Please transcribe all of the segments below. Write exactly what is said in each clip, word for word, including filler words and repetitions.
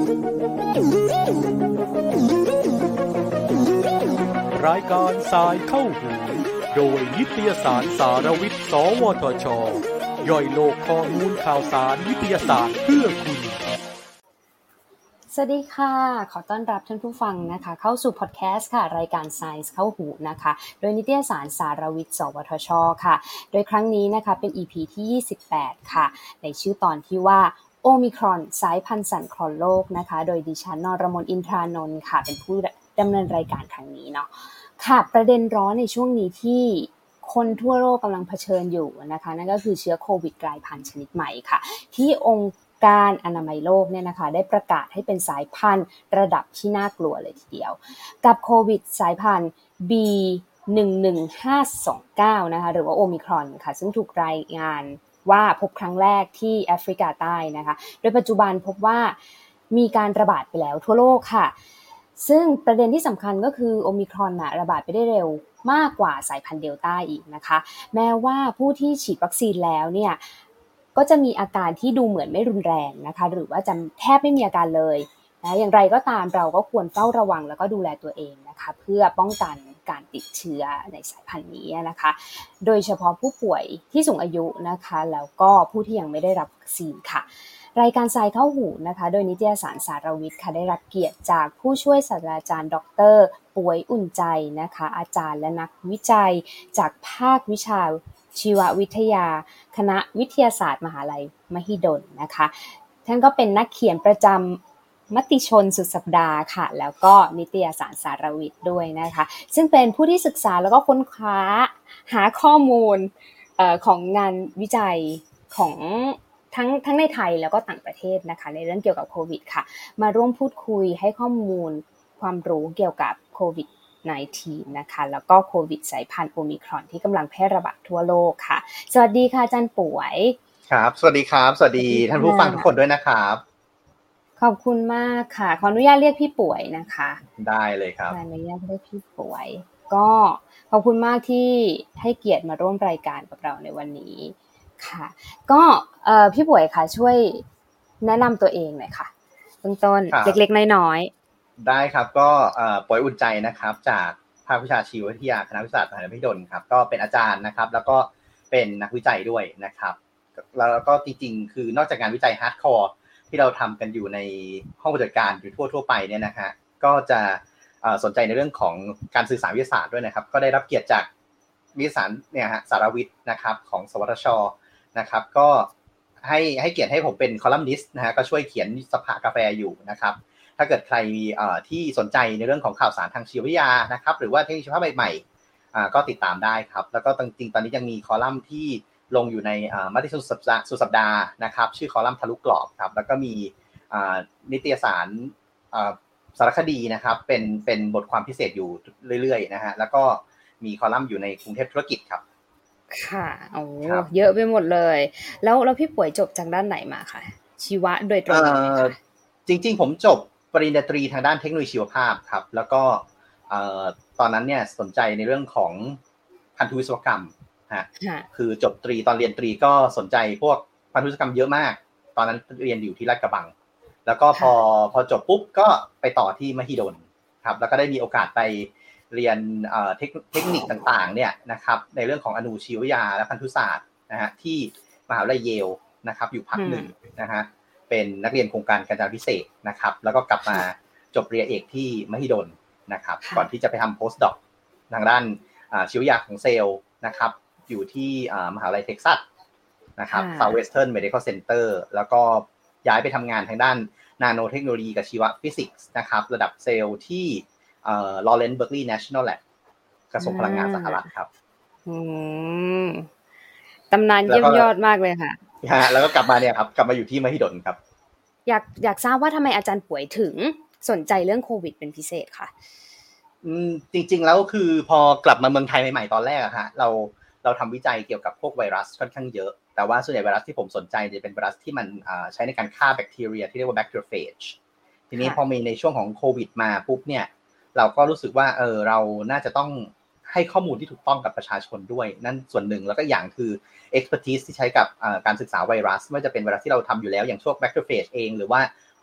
รายการสายเข้าหูโดยนิตยสารสารวิทย์ สวทช.ย่อยโลกข้อมูลข่าวสารวิทยาศาสตร์เพื่อคุณสวัสดีค่ะขอต้อนรับท่านผู้ฟังนะคะเข้าสู่พอดแคสต์ค่ะรายการ Science เข้าหูนะคะโดยนิตยสารสารวิทย์ สวทช.ค่ะโดยครั้งนี้นะคะเป็น อี พี ที่ยี่สิบแปดค่ะในชื่อตอนที่ว่าโอมิครอนสายพันธุ์สั่นคลอนโลกนะคะโดยดิฉันนรมนอินทรานนท์ค่ะเป็นผู้ดำเนินรายการครั้งนี้เนาะค่ะประเด็นร้อนในช่วงนี้ที่คนทั่วโลกกำลังเผชิญอยู่นะคะนั่นก็คือเชื้อโควิดกลายพันธุ์ชนิดใหม่ค่ะที่องค์การอนามัยโลกเนี่ยนะคะได้ประกาศให้เป็นสายพันธุ์ระดับที่น่ากลัวเลยทีเดียวกับโควิดสายพันธุ์ บี หนึ่งหนึ่งห้าสองเก้า นะคะหรือว่าโอมิครอนค่ะซึ่งถูกรายงานว่าพบครั้งแรกที่แอฟริกาใต้นะคะโดยปัจจุบันพบว่ามีการระบาดไปแล้วทั่วโลกค่ะซึ่งประเด็นที่สำคัญก็คือโอมิครอนน่ะระบาดไปได้เร็วมากกว่าสายพันธุ์เดลต้าอีกนะคะแม้ว่าผู้ที่ฉีดวัคซีนแล้วเนี่ยก็จะมีอาการที่ดูเหมือนไม่รุนแรงนะคะหรือว่าจะแทบไม่มีอาการเลยนะอย่างไรก็ตามเราก็ควรเฝ้าระวังแล้วก็ดูแลตัวเองนะคะเพื่อป้องกันการติดเชื้อในสายพันธุ์นี้นะคะโดยเฉพาะผู้ป่วยที่สูงอายุนะคะแล้วก็ผู้ที่ยังไม่ได้รับวัคซีนค่ะรายการสายเข้าหูนะคะโดยนิตยสารสารวิทย์ค่ะได้รับเกียรติจากผู้ช่วยศาสตราจารย์ดร.ป่วยอุ่นใจนะคะอาจารย์และนักวิจัยจากภาควิชาชีววิทยาคณะวิทยาศาสตร์มหาลัยมหิดลนะคะท่านก็เป็นนักเขียนประจำมติชนสุดสัปดาห์ค่ะแล้วก็นิตยสารสารวิทย์ด้วยนะคะซึ่งเป็นผู้ที่ศึกษาแล้วก็ค้นคว้าหาข้อมูลเอ่อของงานวิจัยของทั้งทั้งในไทยแล้วก็ต่างประเทศนะคะในเรื่องเกี่ยวกับโควิดค่ะมาร่วมพูดคุยให้ข้อมูลความรู้เกี่ยวกับโควิดสิบเก้า นะคะแล้วก็โควิดสายพันธุ์โอมิครอนที่กำลังแพร่ระบาดทั่วโลกค่ะสวัสดีค่ะอาจารย์ป่วยครับสวัสดีครับสวัสดีท่านผู้ฟังทุกคนด้วยนะครับขอบคุณมากค่ะขออนุญาตเรียกพี่ป่วยนะคะได้เลยครับขออนุญาตเรียกพี่ป่วยก็ขอบคุณมากที่ให้เกียรติมาร่วมรายการกับเราในวันนี้ค่ะก็เอ่อพี่ป่วยค่ะช่วยแนะนำตัวเองหน่อยค่ะเบื้องต้นเล็กๆน้อยๆได้ครับก็เอ่อป่วยอุ่นใจนะครับจากภาควิชาชีววิทยาคณะวิทยาศาสตร์มหาวิทยาลัยมหิดลครับก็เป็นอาจารย์นะครับแล้วก็เป็นนักวิจัยด้วยนะครับแล้วก็จริงๆคือนอกจากงานวิจัยฮาร์ดคอร์ที่เราทำกันอยู่ในห้องปฏิบัติการอยู่ทั่วๆไปเนี่ยนะฮะก็จะสนใจในเรื่องของการสื่อสารวิทยาศาสตร์ด้วยนะครับก็ได้รับเกียรติจากวิทยาศาสตร์เนี่ยฮะสารวิทย์นะครับของสวทช.นะครับก็ให้ให้เกียรติให้ผมเป็นคอลัมนิสต์นะฮะก็ช่วยเขียนสภากาแฟอยู่นะครับถ้าเกิดใครที่สนใจในเรื่องของข่าวสารทางชีววิทยานะครับหรือว่าเทคโนโลยีชีวภาพใหม่ๆก็ติดตามได้ครับแล้วก็จริงๆตอนนี้ยังมีคอลัมน์ที่ลงอยู่ในมติชนสุดสัปดาห์นะครับชื่อคอลัมน์ทะลุกรอบครับแล้วก็มีนิตยสารสารคดีนะครับเป็นเป็นบทความพิเศษอยู่เรื่อยๆนะฮะแล้วก็มีคอลัมน์อยู่ในกรุงเทพธุรกิจครับค่ะโอ้เยอะไปหมดเลยแล้วแล้วพี่ป่วยจบจากด้านไหนมาคะชีวะโดยตรงไหมคะจริงๆผมจบปริญญาตรีทางด้านเทคโนโลยีชีวภาพครับแล้วก็ตอนนั้นเนี่ยสนใจในเรื่องของพันธุวิศวกรรมฮะคือจบตรีตอนเรียนตรีก็สนใจพวกพันธุวิศวกรรมเยอะมากตอนนั้นเรียนอยู่ที่ลาดกระบังแล้วก็พอพอจบปุ๊บก็ไปต่อที่มหิดลครับแล้วก็ได้มีโอกาสไปเรียนเทคนิคต่างๆเนี่ยนะครับในเรื่องของอนุชีววิทยาและพันธุศาสตร์นะฮะที่มหาวิทยาลัยเยลนะครับอยู่พักหนึ่งนะฮะเป็นนักเรียนโครงการการศึกษาพิเศษนะครับแล้วก็กลับมาจบปริญญาเอกที่มหิดลนะครับก่อนที่จะไปทำโพสต์ด็อกทางด้านชีววิทยาของเซลล์นะครับอยู่ที่มหาวิทยาลัยเท็กซัสนะครับ Southwestern Medical Center แล้วก็ย้ายไปทำงานทางด้านนาโนเทคโนโลยีกับชีวฟิสิกส์นะครับระดับเซลล์ที่เอ่อ Lawrence Berkeley National Lab กระทรวงพลังงานสหรัฐครับอืมตำนานเยี่ยมยอดมากเลยค่ะฮะแล้วก็กลับมาเนี่ยครับกลับมาอยู่ที่มหิดลครับอยากอยากทราบว่าทำไมอาจารย์ป่วยถึงสนใจเรื่องโควิดเป็นพิเศษค่ะอืมจริงๆแล้วคือพอกลับมาเมืองไทยใหม่ๆตอนแรกอะฮะเราเราทำวิจัยเกี่ยวกับพวกไวรัสค่อนข้างเยอะแต่ว่าส่วนใหญ่ไวรัสที่ผมสนใจจะเป็นไวรัสที่มันใช้ในการฆ่าแบคทีเรียที่เรียกว่า bacteriophage ทีนี้พอมีในช่วงของโควิดมาปุ๊บเนี่ยเราก็รู้สึกว่าเออเราน่าจะต้องให้ข้อมูลที่ถูกต้องกับประชาชนด้วยนั่นส่วนหนึ่งแล้วก็อย่างคือ expertise ที่ใช้กับการศึกษาไวรัสไม่ว่าจะเป็นไวรัสที่เราทำอยู่แล้วอย่างพวก bacteriophage เองหรือว่าไว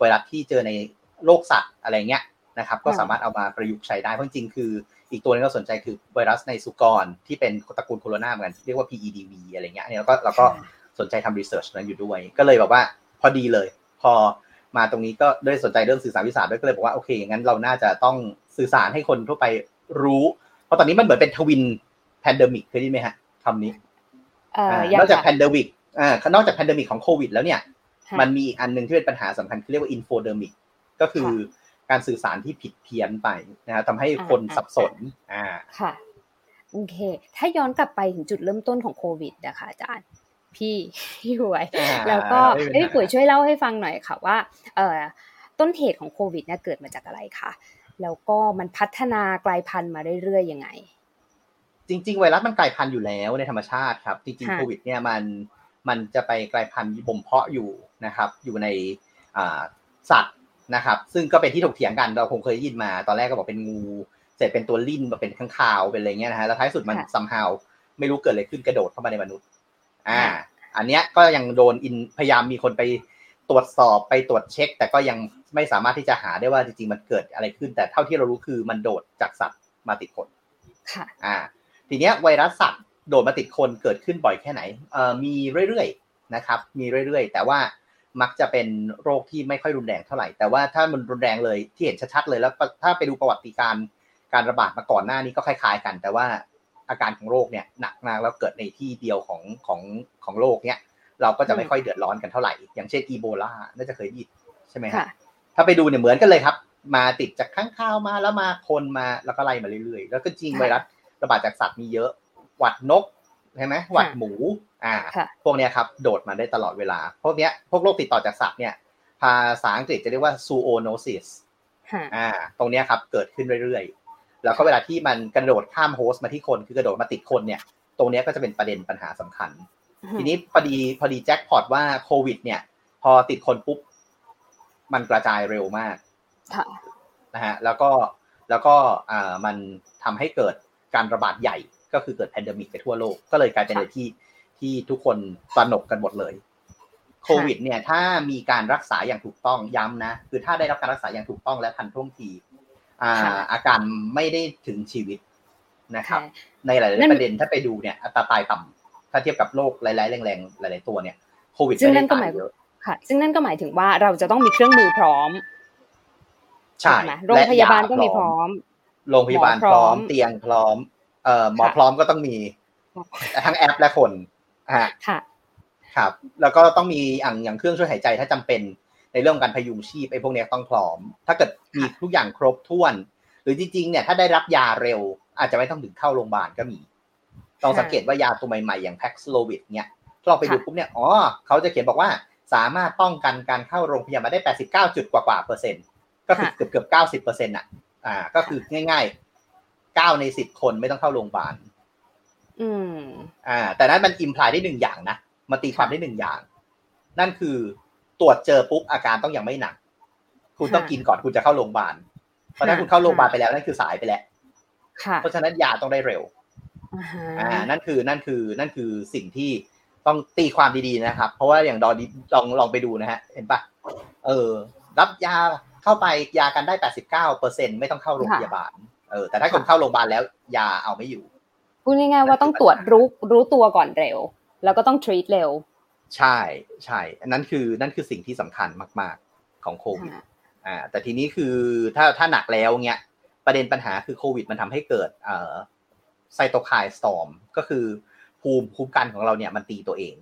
ไวรัสที่เจอในโรคสัตว์อะไรเงี้ยนะครับก็สามารถเอามาประยุกต์ใช้ได้เพราะจริงๆคืออีกตัวนึงก็สนใจคือไวรัสในสุกรที่เป็นตระกูลโคโรนาเหมือนกันเรียกว่า พี อี ดี วี อะไรเงี้ยเนี่ยเราก็เราก็สนใจทำรีเสิร์ชนั้นอยู่ด้วยก็เลยแบบว่าพอดีเลยพอมาตรงนี้ก็ด้วยสนใจเรื่องสื่อสารวิทยาศาสตร์ด้วยก็เลยบอกว่าโอเคงั้นเราน่าจะต้องสื่อสารให้คนทั่วไปรู้เพราะตอนนี้มันเหมือนเป็นทวินแพนเดมิกเคยได้ไหมฮะคำนี้นอกจากแพนเดมิกอ่านอกจากแพนเดมิกของโควิดแล้วเนี่ยมันมีอีกอันนึงที่เป็นปัญหาสำคัญคือเรียกว่าอินโฟเดมิกก็คือการสื่อสารที่ผิดเพี้ยนไปนะฮะทำให้คนสับสนอ่าค่ะโอเคถ้าย้อนกลับไปถึงจุดเริ่มต้นของโควิดนะคะอาจารย์พี่พี่หวยแล้วก็พี่ปุ๋ยช่วยเล่าให้ฟังหน่อยค่ะว่าเอ่อต้นเหตุของโควิดเนี่ยเกิดมาจากอะไรคะแล้วก็มันพัฒนากลายพันธุ์มาเรื่อยๆยังไงจริงๆไวรัสมันกลายพันธุ์อยู่แล้วในธรรมชาติครับจริงๆโควิดเนี่ยมันมันจะไปกลายพันธุ์บ่มเพาะอยู่นะครับอยู่ในอ่าสัตว์นะครับซึ่งก็เป็นที่ถกเถียงกันเราคงเคยได้ยินมาตอนแรกก็บอกเป็นงูเสร็จเป็นตัวลิ่นมาเป็นข้างคาวเป็นอะไรเงี้ยนะฮะแล้วท้ายสุดมัน somehow ไม่รู้เกิดอะไรขึ้นกระโดดเข้ามาในมนุษย์อ่าอันเนี้ยก็ยังโดนอินพยายามมีคนไปตรวจสอบไปตรวจเช็คแต่ก็ยังไม่สามารถที่จะหาได้ว่าจริงๆมันเกิดอะไรขึ้นแต่เท่าที่เรารู้คือมันโดดจากสัตว์มาติดคนค่ะอ่าทีเนี้ยไวรัสสัตว์โดดมาติดคนเกิดขึ้นบ่อยแค่ไหนเอ่อมีเรื่อยๆนะครับมีเรื่อยๆแต่ว่ามักจะเป็นโรคที่ไม่ค่อยรุนแรงเท่าไหร่แต่ว่าถ้ามันรุนแรงเลยที่เห็นชัดๆเลยแล้วถ้าไปดูประวัติการการระบาดมาก่อนหน้านี้ก็คล้ายๆกันแต่ว่าอาการของโรคเนี่ยหนักมากแล้วเกิดในที่เดียวของของของโลกเนี่ยเราก็จะไม่ค่อยเดือดร้อนกันเท่าไหร่อย่างเช่นอีโบลาน่าจะเคยได้ยินใช่ไหมครับถ้าไปดูเนี่ยเหมือนกันเลยครับมาติดจากข้างคาวมาแล้วมาคนมาแล้วก็ไล่มาเรื่อยๆแล้วก็จริงไวรัสระบาดจากสัตว์มีเยอะหวัดนกใช่ไหมหวัดหมูอ่าพวกเนี้ยครับโดดมาได้ตลอดเวลาพวกเนี้ยพวกโรคติดต่อจากสัตว์เนี่ยภาษาอังกฤษจะเรียกว่า zoonosis อ่าตรงเนี้ยครับเกิดขึ้นเรื่อยๆแล้วก็เวลาที่มันกระโดดข้ามโฮสต์มาที่คนคือกระโดดมาติดคนเนี่ยตรงเนี้ยก็จะเป็นประเด็นปัญหาสำคัญทีนี้พอดีพอดีแจ็คพอตว่าโควิดเนี่ยพอติดคนปุ๊บมันกระจายเร็วมากนะฮะแล้วก็แล้วก็อ่ามันทำให้เกิดการระบาดใหญ่ก็คือเกิดแพนเดมิกไปทั่วโลกก็เลยกลายเป็นอะไรที่ที่ทุกคนตระหนกกันหมดเลยโควิดเนี่ยถ้ามีการรักษาอย่างถูกต้องย้ำนะคือถ้าได้รับการรักษาอย่างถูกต้องและทันท่วงทีอ่าอาการไม่ได้ถึงชีวิตนะครับในหลายๆประเด็นถ้าไปดูเนี่ยอัตราตายต่ำถ้าเทียบกับโรคหลายๆแรงๆหลายๆตัวเนี่ยโควิดไม่ได้ตายเยอะค่ะซึ่งนั่นก็หมายถึงว่าเราจะต้องมีเครื่องมือพร้อมใช่โรงพยาบาลก็มีพร้อมโรงพยาบาลพร้อมเตียงพร้อมเอ่อหมอพร้อมก็ต้องมีทั้งแอปและคนฮะค่ะครับแล้วก็ต้องมีอย่างอย่างเครื่องช่วยหายใจถ้าจำเป็นในเรื่องการพยุงชีพไอ้พวกนี้ต้องพร้อมถ้าเกิดมีทุกอย่างครบถ้วนหรือจริงๆเนี่ยถ้าได้รับยาเร็วอาจจะไม่ต้องถึงเข้าโรงพยาบาลก็มีต้องสังเกตว่ายาตัวใหม่ๆอย่าง Paxlovid เนี่ยถ้าเราไปดูปุ๊บเนี่ยอ๋อเขาจะเขียนบอกว่าสามารถป้องกันการเข้าโรงพยาบาลได้แปดสิบเก้าจุดกว่าๆเปอร์เซ็นต์ก็คือเกือบๆ เก้าสิบเปอร์เซ็นต์ น่ะอ่าก็คือง่ายๆเก้าในสิบคนไม่ต้องเข้าโรงพยาบาลอืมอ่าแต่นั้นมันอิมพลายได้หนึ่งอย่างนะมาตีความได้หนึ่งอย่างนั่นคือตรวจเจอปุ๊บอาการต้องยังไม่หนักคุณต้องกินก่อนคุณจะเข้าโรงพยาบาลเพราะถ้าคุณเข้าโรงพยาบาลไปแล้วนั่นคือสายไปแล้วเพราะฉะนั้นยาต้องได้เร็วอ่านั่นคือนั่นคือนั่นคือสิ่งที่ต้องตีความดีๆนะครับเพราะว่าอย่างดอดีลองลองไปดูนะฮะเห็นปะเออรับยาเข้าไปยากันได้ แปดสิบเก้าเปอร์เซ็นต์ ไม่ต้องเข้าโรงพยาบาลเออแต่ถ้าคนเข้าโรงพยาบาลแล้วยาเอาไม่อยู่พูดง่ายๆว่าต้องตรวจรู้รู้ตัวก่อนเร็วแล้วก็ต้อง treat เร็วใช่ใช่อันนั้นคือนั่นคือสิ่งที่สำคัญมากๆของโควิดอ่าแต่ทีนี้คือถ้าถ้าหนักแล้วเงี้ยประเด็นปัญหาคือโควิดมันทำให้เกิดเอ่อไซโตไคน์สตอร์มก็คือภูมิคุ้มกันของเราเนี่ยมันตีตัวเอง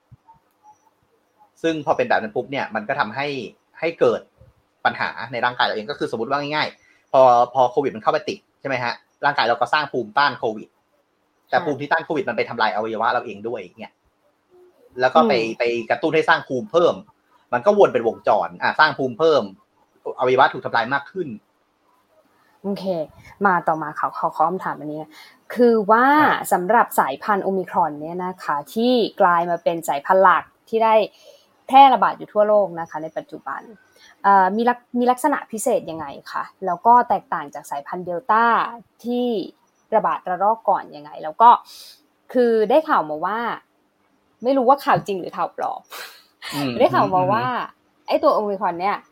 ซึ่งพอเป็นแบบนั้นปุ๊บเนี่ยมันก็ทำให้ให้เกิดปัญหาในร่างกายเราเองก็คือสมมติว่าง่ายๆพอพอโควิดมันเข้าไปติดใช่ไหมฮะร่างกายเราก็สร้างภูมิต้านโควิดแต่ภูมิที่ต้านโควิดมันไปทำลายอวัยวะเราเองด้วยเนี่ยแล้วก็ไปไปกระตุ้นให้สร้างภูมิเพิ่มมันก็วนเป็นวงจรอ่ะสร้างภูมิเพิ่มอวัยวะถูกทำลายมากขึ้นโอเคมาต่อมาเขาเขาคำถามอันนี้คือว่าสำหรับสายพันธุ์โอมิครอนเนี่ยนะคะที่กลายมาเป็นสายพันธุ์หลักที่ได้แพร่ระบาดอยู่ทั่วโลกนะคะในปัจจุบันมีลักมีลักษณะพิเศษยังไงคะแล้วก็แตกต่างจากสายพันธุ์เดลต้าที่ระบาดระลอกก่อนยังไงแล้วก็คือได้ข่าวมาว่าไม่รู้ว่าข่าวจริงหรือข่าวปลอมได้ข่าวมาว่าไอ้ตัวโอมิครอนเนี่ย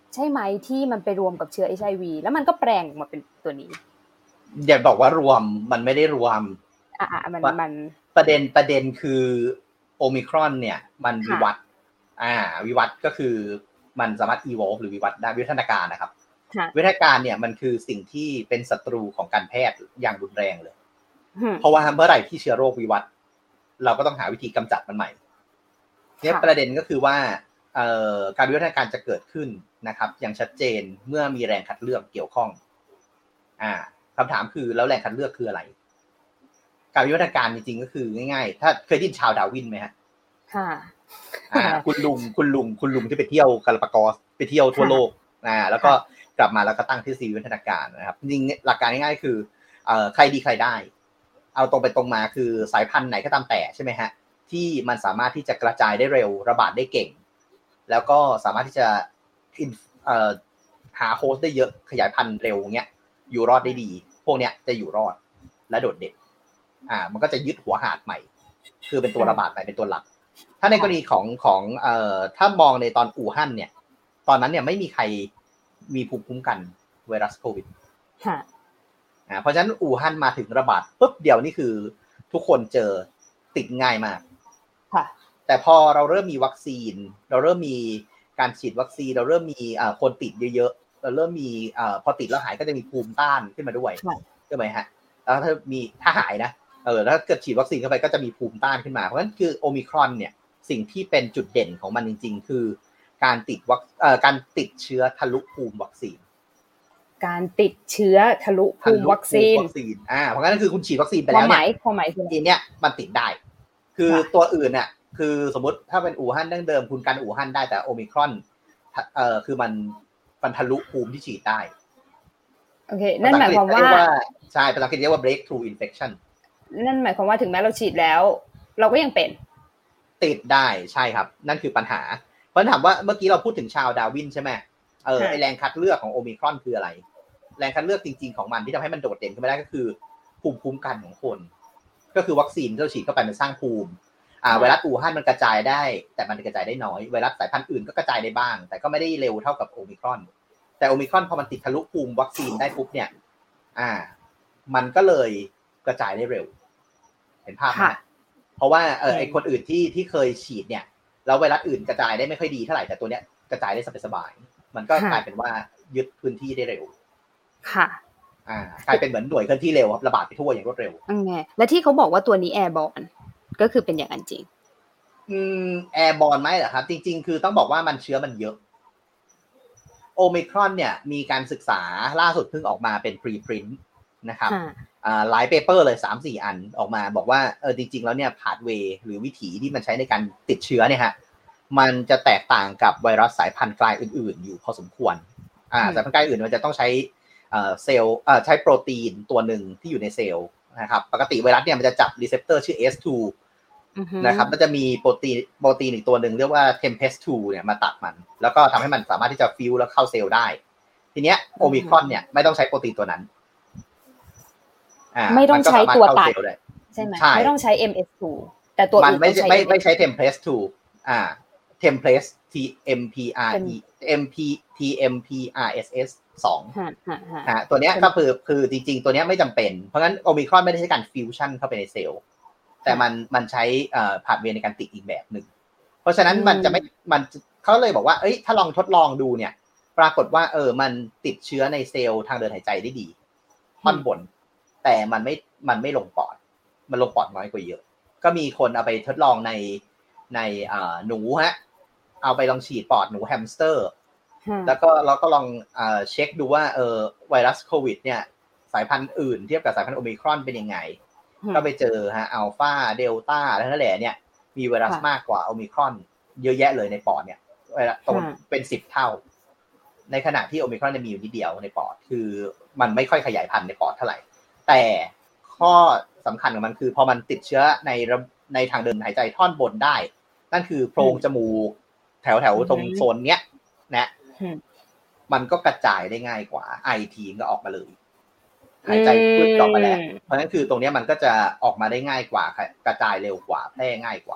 ใช่ไหมที่มันไปรวมกับเชื้อ เอช ไอ วี แล้วมันก็แปลงออกมาเป็นตัวนี้อย่าบอกว่ารวมมันไม่ได้รวมอ่ามันมันประเด็นประเด็นคือโอมิครอนเนี่ยมันวิวัฒน์อ่าวิวัฒน์ก็คือมันสามารถ evolve หรือวิวัฒน์ได้วิวัฒนาการนะครับวิวัฒนาการเนี่ยมันคือสิ่งที่เป็นศัตรูของการแพทย์อย่างรุนแรงเลยเพราะว่าเมื่อไหร่ที่เชื้อโรควิวัฒน์เราก็ต้องหาวิธีกำจัดมันใหม่เนี่ยประเด็นก็คือว่าการวิวัฒนาการจะเกิดขึ้นนะครับอย่างชัดเจนเมื่อมีแรงคัดเลือกเกี่ยวข้องอ่าคำถามคือแล้วแรงคัดเลือกคืออะไรการวิวัฒนาการจริงๆก็คือง่ายๆถ้าเคยได้ยินชาวดาร์วินไหมฮะค่ะอ่าคุณลุงคุณลุงคุณลุงที่ไปเที่ยวกาลาปากอสไปเที่ยวทั่วโลกอ่าแล้วก็กลับมาแล้วก็ตั้งทฤษฎีวิวัฒนาการนะครับจริงๆหลักการง่ายๆคือเอ่อใครดีใครได้เอาตรงไปตรงมาคือสายพันธุ์ไหนก็ตามแต่ใช่ไหมฮะที่มันสามารถที่จะกระจายได้เร็วระบาดได้เก่งแล้วก็สามารถที่จะเอ่อหาโฮสต์ได้เยอะขยายพันธุ์เร็วเงี้ยอยู่รอดได้ดีพวกเนี้ยจะอยู่รอดและโดดเด่นอ่ามันก็จะยึดหัวหาดใหม่คือเป็นตัวระบาดใหม่เป็นตัวหลักถ้าในกรณีของของเอ่อถ้ามองในตอนอู่ฮั่นเนี่ยตอนนั้นเนี่ยไม่มีใครมีภูมิคุ้มกันไวรัสโควิดค่ะอ่าเพราะฉะนั้นอู่ฮั่นมาถึงระบาดปุ๊บเดียวนี่คือทุกคนเจอติดง่ายมากค่ะแต่พอเราเริ่มมีวัคซีนเราเริ่มมีการฉีดวัคซีนเราเริ่มมีอ่าคนติดเยอะๆเราเริ่มมีอ่าพอติดแล้วหายก็จะมีภูมิต้านขึ้นมาด้วยใช่ไหมฮะแล้วถ้ามีถ้าหายนะเออถ้าเกิดฉีดวัคซีนเข้าไปก็จะมีภูมิต้านขึ้นมาเพราะฉะนั้นคือโอมิครอนเนี่ยสิ่งที่เป็นจุดเด่นของมันจริงๆคือการติดวัคเอ่อการติดเชื้อทะลุภูมิวัคซีนการติดเชื้อทะลุภูมิวัคซีนอ่าเพราะงั้นคือคุณฉีดวัคซีนไปแล้วเนี่ยความหมายคือเนี่ยมันติดได้คือตัวอื่นเนี่ยคือสมมติถ้าเป็นอู่ฮั่นดั้งเดิมคุณกันอู่ฮั่นได้แต่โอมิครอนเอ่อคือมันมันทะลุภูมิที่ฉีดได้โอเคนั่นหมายความว่าใช่ภาษาอังกฤษเรียกว่า breakthrough infection นั่นหมายความว่าถึงแม้เราฉีดแล้วเราก็ยังเป็นติดได้ใช่ครับนั่นคือปัญหาเพราะถามว่าเมื่อกี้เราพูดถึงชาวดาร์วินใช่ไหมเออไอแรงคัดเลือกของโอมิครอนคืออะไรแรงคัดเลือกจริงๆของมันที่ทำให้มันโดดเด่นขึ้นมาได้ก็คือภูมิคุ้มกันของคนก็คือวัคซีนที่เราฉีดเข้าไปมันสร้างภูมิอ่าไวรัสอู่ฮั่นมันกระจายได้แต่มันกระจายได้น้อยไวรัสสายพันธุ์อื่นก็กระจายได้บ้างแต่ก็ไม่ได้เร็วเท่ากับโอมิครอนแต่โอมิครอนพอมันติดทะลุภูมิวัคซีนได้ปุ๊บเนี่ยอ่ามันก็เลยกระจายได้เร็วเห็นภาพไหมเพราะว่าเออไอคนอื่นที่ที่เคยฉีดเนี่ยแล้วไวรัสอื่นกระจายได้ไม่ค่อยดีเท่าไหร่แต่ตัวเนี้ยกระจายได้สบายๆมันก็กลายเป็นว่ายึดพื้นที่ได้เร็วค่ะอ่ากลายเป็นเหมือนหน่วยเคลื่อนที่เร็วครับระบาดไปทั่วอย่างรวดเร็วอืมและที่เขาบอกว่าตัวนี้แอร์บอร์นก็คือเป็นอย่างนั้นจริงอืมแอร์บอร์นไหมเหรอครับจริงๆคือต้องบอกว่ามันเชื้อมันเยอะโอมิครอนเนี่ยมีการศึกษาล่าสุดเพิ่งออกมาเป็นพรีพรินท์นะครับอ่าหลายเปเปอร์เลย สามสี่ อันออกมาบอกว่าเออจริงๆแล้วเนี่ยพาธเวย์หรือวิถีที่มันใช้ในการติดเชื้อเนี่ยฮะมันจะแตกต่างกับไวรัสสายพันธุ์กลายอื่นๆอยู่พอสมควรอ่าสายพันธุ์กลายอื่นมันจะต้องใช้เอ่อเซลล์เอ่อใช้โปรตีนตัวหนึ่งที่อยู่ในเซลล์นะครับปกติไวรัสเนี่ยมันจะจับรีเซปเตอร์ชื่อ เอส ทู นะครับแล้วจะมีโปรตีนโปรตีนอีกตัวหนึ่งเรียกว่า เทมเพสทู เนี่ยมาตัดมันแล้วก็ทำให้มันสามารถที่จะฟิวแล้วเข้าเซลล์ได้ทีเนี้ยโอมิครอนเนี่ยไม่ต้องใช้โปรตีนตัวนั้นอ่าไม่ต้องใช้ตัวตัดใช่ไหมไม่ต้องใช้ เอ็ม เอส ทู แต่ตัวอื่นไม่ไม่ไม่ใช้ เทมเพสทู อ่า เทมเพส T M P R E M P T M P R S S สองฮะฮะตัวเนี้ยก็คือคือจริงๆตัวเนี้ยไม่จำเป็นเพราะงั้นโอมิครอนไม่ได้ใช้การฟิวชั่นเข้าไปในเซลล์แต่มันมันใช้เอ่อพาธเวย์ในการติดอีกแบบนึงเพราะฉะนั้นมันจะไม่มันเขาเลยบอกว่าเอ้ยถ้าลองทดลองดูเนี่ยปรากฏว่าเออมันติดเชื้อในเซลล์ทางเดินหายใจได้ดีท่อนบนแต่มันไม่มันไม่ลงปอดมันลงปอดน้อยกว่าเยอะก็มีคนเอาไปทดลองในในอ่าหนูฮะเอาไปลองฉีดปอดหนูแฮมสเตอร์แล้วก็เราก็ลองเอ่อเช็คดูว่าเออไวรัสโควิดเนี่ยสายพันธุ์อื่นเทียบกับสายพันธุ์โอมิครอนเป็นยังไงก็ไปเจอฮะอัลฟาเดลต้าแล้วนั่นแหละเนี่ยมีไวรัสมากกว่าโอมิครอนเยอะแยะเลยในปอดเนี่ยไวรัสตัวเป็นสิบเท่าในขณะที่โอมิครอนจะมีอยู่นิดเดียวในปอดคือมันไม่ค่อยขยายพันธุ์ในปอดเท่าไหร่แต่ข้อสำคัญของมันคือพอมันติดเชื้อในในทางเดินหายใจท่อนบนได้นั่นคือโพรงจมูกแถวแถวตรงโซนเนี้ยนะมันก็กระจายได้ง่ายกว่าไอทีก็ออกมาเลยหายใจพืดออกมาแล้วเพราะฉะนั้นคือตรงนี้มันก็จะออกมาได้ง่ายกว่ากระจายเร็วกว่าแพร่ง่ายกว่าเ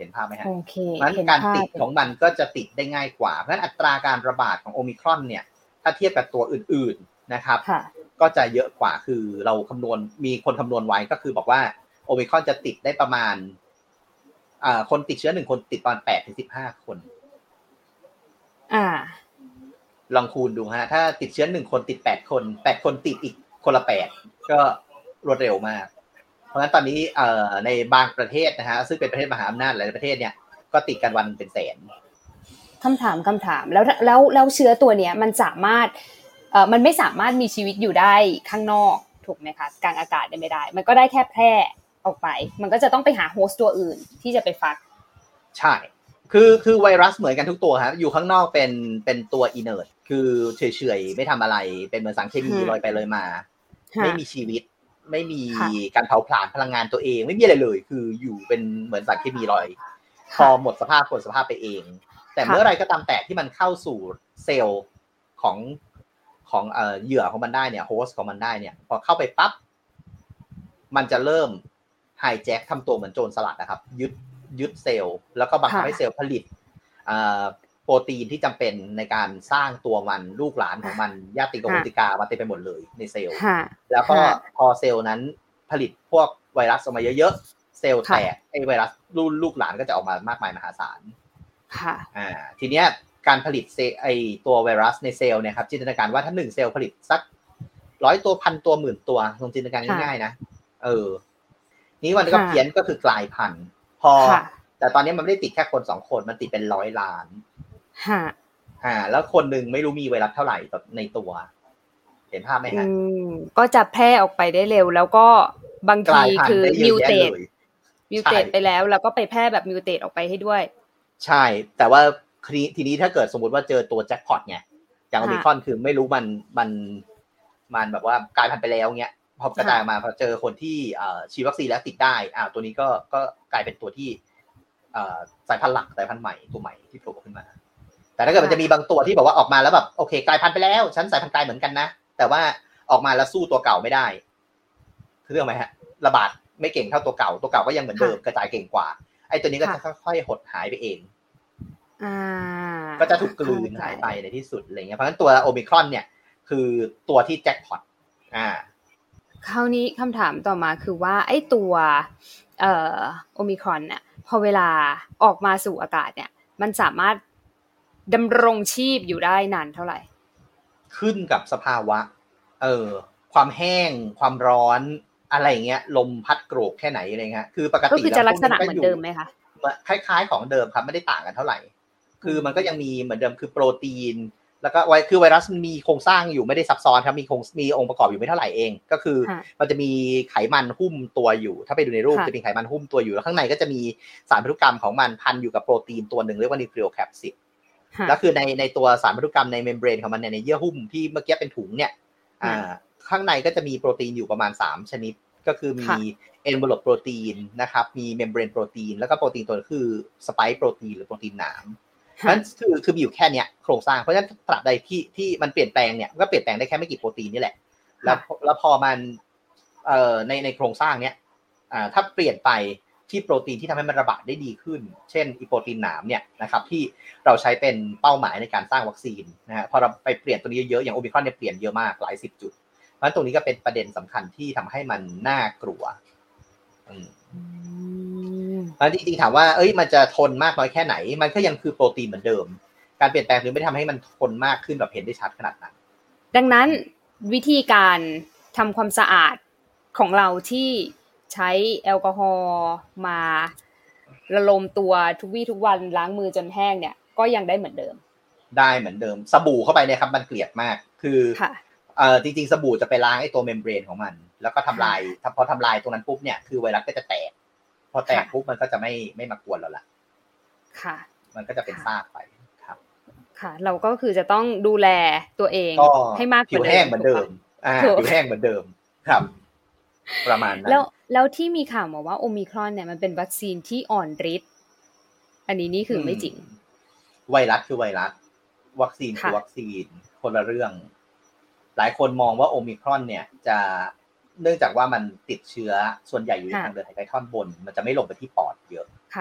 ห็นภาพไหมฮะโอเคเพราะฉะนั้นการติดของมันก็จะติดได้ง่ายกว่าเพราะฉะนั้นอัตราการระบาดของโอมิครอนเนี่ยถ้าเทียบกับตัวอื่นๆนะครับก็จะเยอะกว่าคือเราคำนวณมีคนคำนวณไว้ก็คือบอกว่าโอมิครอนจะติดได้ประมาณอ่าคนติดเชื้อหนึ่งคนติดประมาณแปดถึงสิบห้าคนอ่าลองคูณดูฮะถ้าติดเชื้อหนึ่งคนติดแปดคนแปดคนติดอีกคนละแปดก็รวดเร็วมากเพราะฉะนั้นตอนนี้เอ่อในบางประเทศนะฮะซึ่งเป็นประเทศมหาอำนาจหลายประเทศเนี่ยก็ติดกันวันเป็นแสนคำถามคำถามแล้วแล้วแล้วเชื้อตัวเนี้ยมันสามารถเอ่อมันไม่สามารถมีชีวิตอยู่ได้ข้างนอกถูกไหมคะกลางอากาศได้ไม่ได้มันก็ได้แค่แพร่ออกไปมันก็จะต้องไปหาโฮสต์ตัวอื่นที่จะไปฟักใช่คือคือไวรัสเหมือนกันทุกตัวครับอยู่ข้างนอกเป็นเป็นตัวอินเนอร์ตคือเฉยๆไม่ทำอะไรเป็นเหมือนสารเคมีลอยไปลอยมาไม่มีชีวิตไม่มีการเผาผลาญพลังงานตัวเองไม่มีอะไรเลยคืออยู่เป็นเหมือนสารเคมีลอยพอหมดสภาพหมดสภาพไปเองแต่เมื่อไรก็ตามแต่ที่มันเข้าสู่เซลล์ของของเอ่อเหยื่อของมันได้เนี่ยโฮสต์ของมันได้เนี่ยพอเข้าไปปั๊บมันจะเริ่มไฮแจ็คทำตัวเหมือนโจรสลัดนะครับยึดยึดเซลล์แล้วก็บังคับให้เซลล์ผลิตโปรตีนที่จำเป็นในการสร้างตัวมันลูกหลานของมันญาติโกโหติกามันเต็มไปหมดเลยในเซลล์แล้วก็พอเซลล์นั้นผลิตพวกไวรัสออกมาเยอะๆเซลล์แตกไอ้ไวรัสรุ่นลูกหลานก็จะออกมามากมายมหาศาลค่ะอ่าทีเนี้ยการผลิตไอ้ตัวไวรัสในเซลล์เนี่ยครับจินตนาการว่าถ้าหนึ่งเซลล์ผลิตสักร้อยตัวพันตัวหมื่นตัวลองจินตนาการง่ายๆนะเออนี้มันก็เพี้ยนก็คือกลายพันธุ์พอแต่ตอนนี้มันไม่ได้ติดแค่คนสองคนมันติดเป็นร้อยล้านฮะอ่าแล้วคนนึงไม่รู้มีไวรัสเท่าไหร่ในตัวเห็นภาพไหมฮะอืมก็จะแพร่ออกไปได้เร็วแล้วก็บางทีคือมิวเตทมิวเตทไปแล้วแล้วก็ไปแพร่แบบมิวเตทออกไปให้ด้วยใช่แต่ว่าทีนี้ถ้าเกิดสมมุติว่าเจอตัวแจ็คพอตไงอย่างโอมิครอนคือไม่รู้มันมันมันแบบว่ากลายพันธุ์ไปแล้วเงี้ยพอกระจายมาพอเจอคนที่ฉีดวัคซีนแล้วติดได้อ่าตัวนี้ก็ก็กลายเป็นตัวที่สายพันธุ์หลักสายพันธุ์ใหม่ตัวใหม่ที่โผล่ขึ้นมาแต่ถ้าเกิดมันจะมีบางตัวที่บอกว่าออกมาแล้วแบบโอเคกลายพันธุ์ไปแล้วฉันสายพันธุ์กลายเหมือนกันนะแต่ว่าออกมาแล้วสู้ตัวเก่าไม่ได้คือเรื่องไหมฮะระบาดไม่เก่งเท่าตัวเก่าตัวเก่าก็ยังเหมือนเดิมกระจายเก่งกว่าไอ้ตัวนี้ก็จะค่อยๆหดหายไปเองก็จะถูกกลืนหายไปในที่สุดอะไรเงี้ยเพราะฉะนั้นตัวโอมิครอนเนี่ยคือตัวที่แจ็คพอตอ่าคราวนี้คำถามต่อมาคือว่าไอ้ตัวเอ่อโอมิครอนเนี่ยพอเวลาออกมาสู่อากาศเนี่ยมันสามารถดำรงชีพอยู่ได้นานเท่าไหร่ขึ้นกับสภาวะเออความแห้งความร้อนอะไรเงี้ยลมพัดโกรกแค่ไหนอะไรเงี้ยคือปกติก็คือจะลักษณะเหมือนเดิมไหมคะคล้ายๆของเดิมครับไม่ได้ต่างกันเท่าไหร่คือมันก็ยังมีเหมือนเดิมคือโปรตีนแล้วก็ไวคือไวรัสมันมีโครงสร้างอยู่ไม่ได้ซับซ้อนครับมีโครงมีองค์ประกอบอยู่ไม่เท่าไหร่เองก็คือมันจะมีไขมันหุ้มตัวอยู่ถ้าไปดูในรูปจะเป็นไขมันหุ้มตัวอยู่แล้วข้างในก็จะมีสารพันธุกรรมของมันพันอยู่กับโปรตีนตัวหนึ่งเรียกว่านิวคลีโอแคปซิดแล้วคือในในตัวสารพันธุกรรมในเมมเบรนของมันในเยื่อหุ้มที่เมื่อกี้เป็นถุงเนี่ยอ่าข้างในก็จะมีโปรตีนอยู่ประมาณสามชนิดก็คือมีเอนเวลปโปรตีนนะครับมีเมมเบรนโปรตีนแล้วก็โปรตีนตัวคือสไปค์โปรตีนหรือโปรตีนหนามนั่นคือคือมีอยู่แค่เนี้ยโครงสร้างเพราะฉะนั้นตราบใดที่ที่มันเปลี่ยนแปลงเนี่ยก็เปลี่ยนแปลงได้แค่ไม่กี่โปรตีนนี่แหละแล้วแล้วพอมันเอ่อในในโครงสร้างเนี้ยอ่าถ้าเปลี่ยนไปที่โปรตีนที่ทำให้มันระบาดได้ดีขึ้นเช่นอีโปรตีนหนามเนี่ยนะครับที่เราใช้เป็นเป้าหมายในการสร้างวัคซีนนะฮะพอเราไปเปลี่ยนตัวนี้เยอะๆอย่างโอมิครอนเนี่ยเปลี่ยนเยอะมากหลายสิบจุดเพราะฉะนั้นตรงนี้ก็เป็นประเด็นสำคัญที่ทำให้มันน่ากลัวอืมแล้วจริงๆถามว่าเอ้ยมันจะทนมากน้อยแค่ไหนมันก็ยังคือโปรตีนเหมือนเดิมการเปลี่ยนแปลงนี้ไม่ได้ทำให้มันทนมากขึ้นแบบเห็นได้ชัดขนาดนั้นดังนั้นวิธีการทำความสะอาดของเราที่ใช้แอลกอฮอล์มาระลมตัวทุกวี่ทุกวันล้างมือจนแห้งเนี่ยก็ยังได้เหมือนเดิมได้เหมือนเดิมสบู่เข้าไปเนี่ยครับมันเกลียดมากคือเอ่อจริงๆสบู่จะไปล้างไอ้ตัวเมมเบรนของมันแล้วก็ทำลายพอทำลายตรงนั้นปุ๊บเนี่ยคือไวรัสก็จะแตกพอแตกปุ๊บมันก็จะไม่ไม่มากวนเราละค่ะมันก็จะเป็นซากไปครับค่ะเราก็คือจะต้องดูแลตัวเองให้มากผิวแห้งเหมือนเดิมอ่าผิวแห้งเหมือนเดิมครับประมาณนั้นแล้วแล้วที่มีข่าวมาว่าโอมิครอนเนี่ยมันเป็นวัคซีนที่อ่อนฤทธิ์อันนี้นี่คือไม่จริงไวรัสคือไวรัสวัคซีนคือวัคซีนคนละเรื่องหลายคนมองว่าโอมิครอนเนี่ยจะเนื่องจากว่ามันติดเชื้อส่วนใหญ่อยู่ในทางเดินหายใจท่อนบนมันจะไม่ลงไปที่ปอดเยอะค่ะ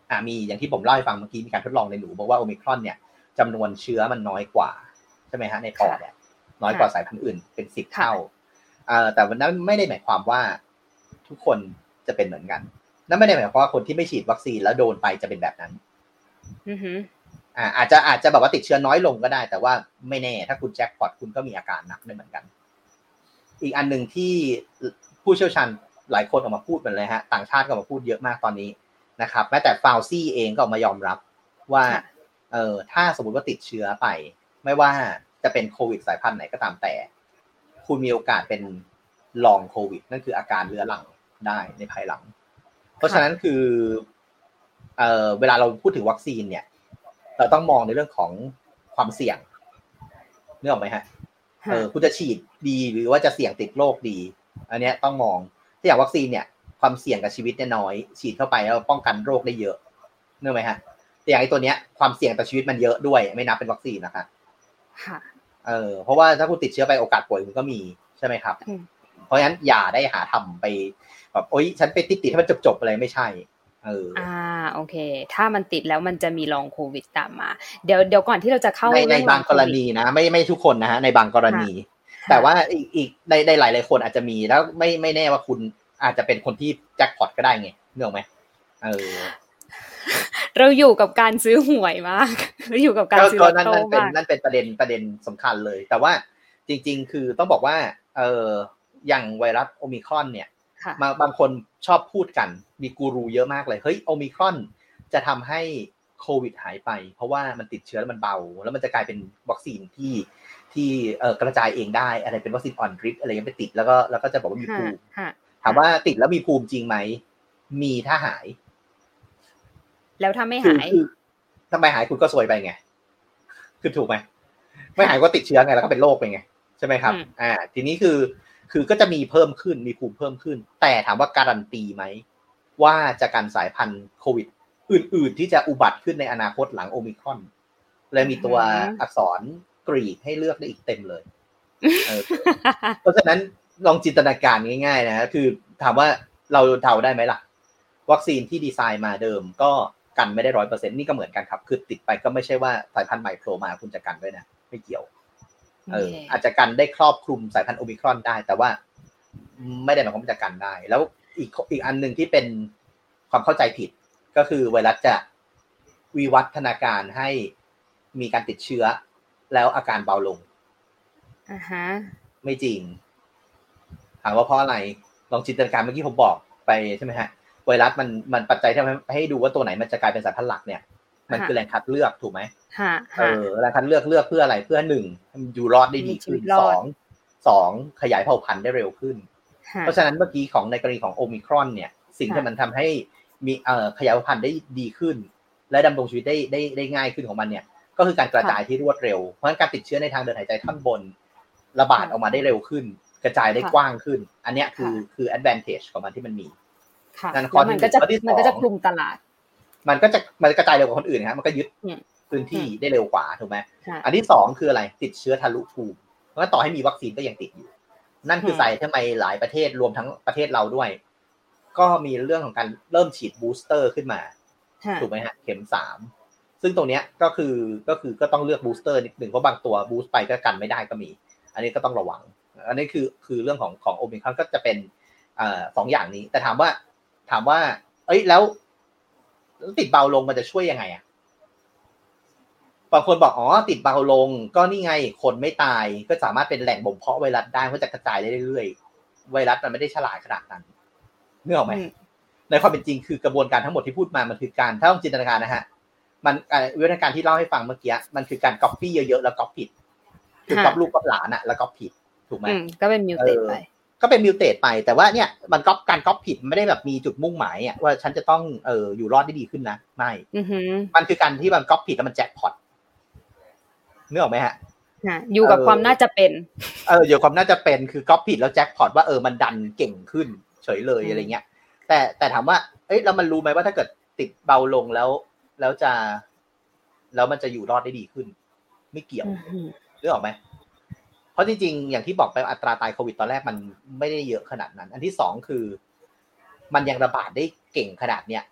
อ่ามีอย่างที่ผมเล่าให้ฟังเมื่อกี้มีการทดลองในหนูบอกว่าโอมิครอนเนี่ยจำนวนเชื้อมันน้อยกว่าใช่ไหมฮะในปอดเนี่ยน้อยกว่าสายพันธุ์อื่นเป็นสิบเท่าอ่าแต่วันนั้นไม่ได้หมายความว่าทุกคนจะเป็นเหมือนกันนั่นไม่ได้หมายความว่าคนที่ไม่ฉีดวัคซีนแล้วโดนไปจะเป็นแบบนั้นอือฮึอ่าอาจจะอาจจะแบบว่าติดเชื้อน้อยลงก็ได้แต่ว่าไม่แน่ถ้าคุณแจ็คพอตคุณก็มีอาการหนักได้เหมือนกันอีกอันนึงที่ผู้เชี่ยวชาญหลายคนออกมาพูดเหมือนเลยฮะต่างชาติก็ออกมาพูดเยอะมากตอนนี้นะครับแม้แต่ฟาวซี่เองก็ออกมายอมรับว่าเออถ้าสมมุติว่าติดเชื้อไปไม่ว่าจะเป็นโควิดสายพันธุ์ไหนก็ตามแต่คุณมีโอกาสเป็นลองโควิดนั่นคืออาการเรื้อรังได้ในภายหลังเพราะฉะนั้นคือเอ่อเวลาเราพูดถึงวัคซีนเนี่ยเราต้องมองในเรื่องของความเสี่ยงนึกออกไหมฮะเออคุณจะฉีดดีหรือว่าจะเสี่ยงติดโรคดีอันเนี้ยต้องมองถ้าอย่างวัคซีนเนี่ยความเสี่ยงกับชีวิตเนี่ยน้อยฉีดเข้าไปแล้วป้องกันโรคได้เยอะนึกไหมฮะแต่อย่างไอ้ตัวเนี้ยความเสี่ยงต่อชีวิตมันเยอะด้วยไม่นับเป็นวัคซีนนะคะค่ะเออเพราะว่าถ้าคุณติดเชื้อไปโอกาสป่วยคุณก็มีใช่ไหมครับเพราะฉะนั้นอย่าได้หาทำไปแบบโอ๊ยฉันไปติดติดให้มันจบๆอะไรไม่ใช่เอออ่าโอเคถ้ามันติดแล้วมันจะมีลองโควิดตามมาเดี๋ยวเดี๋ยวก่อนที่เราจะเข้าในในบางกรณีนะไม่ไม่ทุกคนนะฮะในบางกรณีแต่ว่าอีกอีกในในหลายหลายคนอาจจะมีแล้วไม่ไม่แน่ว่าคุณอาจจะเป็นคนที่แจ็คพอตก็ได้ไงนึกออกไหมเออเราอยู่กับการซื้อหวยมากเราอยู่กับการซื้อลอตโต้มากนั่นเป็นประเด็นประเด็นสำคัญเลยแต่ว่าจริงๆคือต้องบอกว่าเอออย่างไวรัสโอมิครอนเนี่ยมาบางคนชอบพูดกันมีกูรูเยอะมากเลยเฮ้ยโอมิครอนจะทำให้โควิดหายไปเพราะว่ามันติดเชื้อแล้วมันเบาแล้วมันจะกลายเป็นวัคซีนที่ที่เอ่อกระจายเองได้อะไรเป็นวัคซีนอ่อนฤทธิ์อะไรยังไปติดแล้วก็แล้วก็จะบอกว่ามีภูมิถามว่าติดแล้วมีภูมิจริงไหมมีถ้าหายแล้วถ้าไม่หายทำไมหายคุณก็ซวยไปไงคือถูกไหมไม่หายก็ติดเชื้อไงแล้วก็เป็นโรคไปไงใช่ไหมครับอ่าทีนี้คือคือก็จะมีเพิ่มขึ้นมีภูมิเพิ่มขึ้นแต่ถามว่าการันตีไหมว่าจะกันสายพันธุ์โควิดอื่นๆที่จะอุบัติขึ้นในอนาคตหลังโอมิครอนและมีตัวอักษรกรีกให้เลือกได้อีกเต็มเลยเออเพราะฉะนั้นลองจินตนาการง่ายๆนะคือถามว่าเราเดาได้ไหมล่ะวัคซีนที่ดีไซน์มาเดิมก็กันไม่ได้ ร้อยเปอร์เซ็นต์ นี่ก็เหมือนกันครับคือติดไปก็ไม่ใช่ว่าสายพันธุ์ใหม่โผล่มาคุณจะกันด้วยนะไม่เกี่ยวเอออาจจะกันได้ครอบคลุมสายพันธุ์โอมิครอนได้แต่ว่าไม่ได้หมายความว่าจะกันได้แล้วอีกอีกอันนึงที่เป็นความเข้าใจผิดก็คือไวรัสจะวิวัฒนาการให้มีการติดเชื้อแล้วอาการเบาลงอ่าฮะไม่จริงถามว่าเพราะอะไรลองจินตนาการเมื่อกี้ผมบอกไปใช่ไหมฮะไวรัสมันมันปัจจัยที่ทำให้ดูว่าตัวไหนมันจะกลายเป็นสายพันธุ์หลักเนี่ยมันคือแรงคัดเลือกถูกไหมเออแรงคัดเลือกเลือกเพื่ออะไรเพื่อหนึ่งอยู่รอดได้ดีขึ้นสองสองขยายเผ่าพันธุ์ได้เร็วขึ้นเพราะฉะนั้นเมื่อกี้ของในกรณีของโอมิครอนเนี่ยสิ่งที่มันทำให้มีเอ่อขยายเผ่าพันธุ์ได้ดีขึ้นและดำรงชีวิตได้ได้ได้ง่ายขึ้นของมันเนี่ยก็คือการกระจายที่รวดเร็วเพราะฉะนั้นการติดเชื้อในทางเดินหายใจท่อนบนระบาดออกมาได้เร็วขึ้นกระจายได้กว้างขึ้นอันนี้คือคือ advantage ของมันที่มันมีนั่นข้อที่มันก็จะมันก็จะคลุมตลาดมันก็จะมันกระจายเร็วกว่าคนอื่นครับมันก็ยึดพื้นที่ได้เร็วกว่าถูกไหมอันที่สองคืออะไรติดเชื้อทะลุภูมิเพราะต่อให้มีวัคซีนก็ยังติดอยู่นั่นคือสาเหตุทำไมหลายประเทศรวมทั้งประเทศเราด้วยก็มีเรื่องของการเริ่มฉีดบูสเตอร์ขึ้นมาถูกไหมฮะเข็มสามซึ่งตรงเนี้ยก็คือก็คือก็ต้องเลือกบูสเตอร์นิดหนึ่งเพราะบางตัวบูสต์ไปก็กันไม่ได้ก็มีอันนี้ก็ต้องระวังอันนี้คือคือเรื่องของของโอมิครอนก็จะเป็นเอ่อสองอย่างนี้แต่ถามว่าถามว่าเอ้ยแล้วติดเบาลงมันจะช่วยยังไงอ่ะบางคนบอกอ๋อติดเบาลงก็นี่ไงคนไม่ตายก็สามารถเป็นแหล่งบ่มเพาะไวรัสได้เพราะจะกระจายได้เรื่อยๆไวรัสมันไม่ได้ฉลาดขนาดนั้นนึกออกไหมในความเป็นจริงคือกระบวนการทั้งหมดที่พูดมามันคือการถ้าต้องจินตนาการนะฮะมันวิธีการที่เล่าให้ฟังเมื่อกี้มันคือการ copy เยอะๆแล้ว copy ผิดคือก๊อปลูกก๊อปหลานอ่ะแล้วก๊อปผิดถูกไหมก็เป็นมิวเทตไปก็เป็นมิวเทตไปแต่ว่าเนี่ยมันก๊อปการก๊อปผิดไม่ได้แบบมีจุดมุ่งหมายอ่ะว่าฉันจะต้องเอออยู่รอดได้ดีขึ้นนะไม่มันคือการที่มันก๊อปผิดแล้วมันแจ็คพอตนึกออกไหมฮะอยู่กับความน่าจะเป็นเอออยู่ความน่าจะเป็นคือก๊อปผิดแล้วแจ็คพอตว่าเออมันดันเก่งขึ้นเฉยเลยอะไรเงี้ยแต่แต่ถามว่าเอ้ยแล้วมันรู้ไหมว่าถ้าเกิดติดเบาลงแล้วแล้วจะแล้วมันจะอยู่รอดได้ดีขึ้นไม่เกี่ยวนึกออกไหมเพราะจริงๆอย่างที่บอกไปอัตราตายโควิดตอนแรกมันไม่ได้เยอะขนาดนั้นอันที่สองคือมันยังระบาดได้เก่งขนาดเนี้ย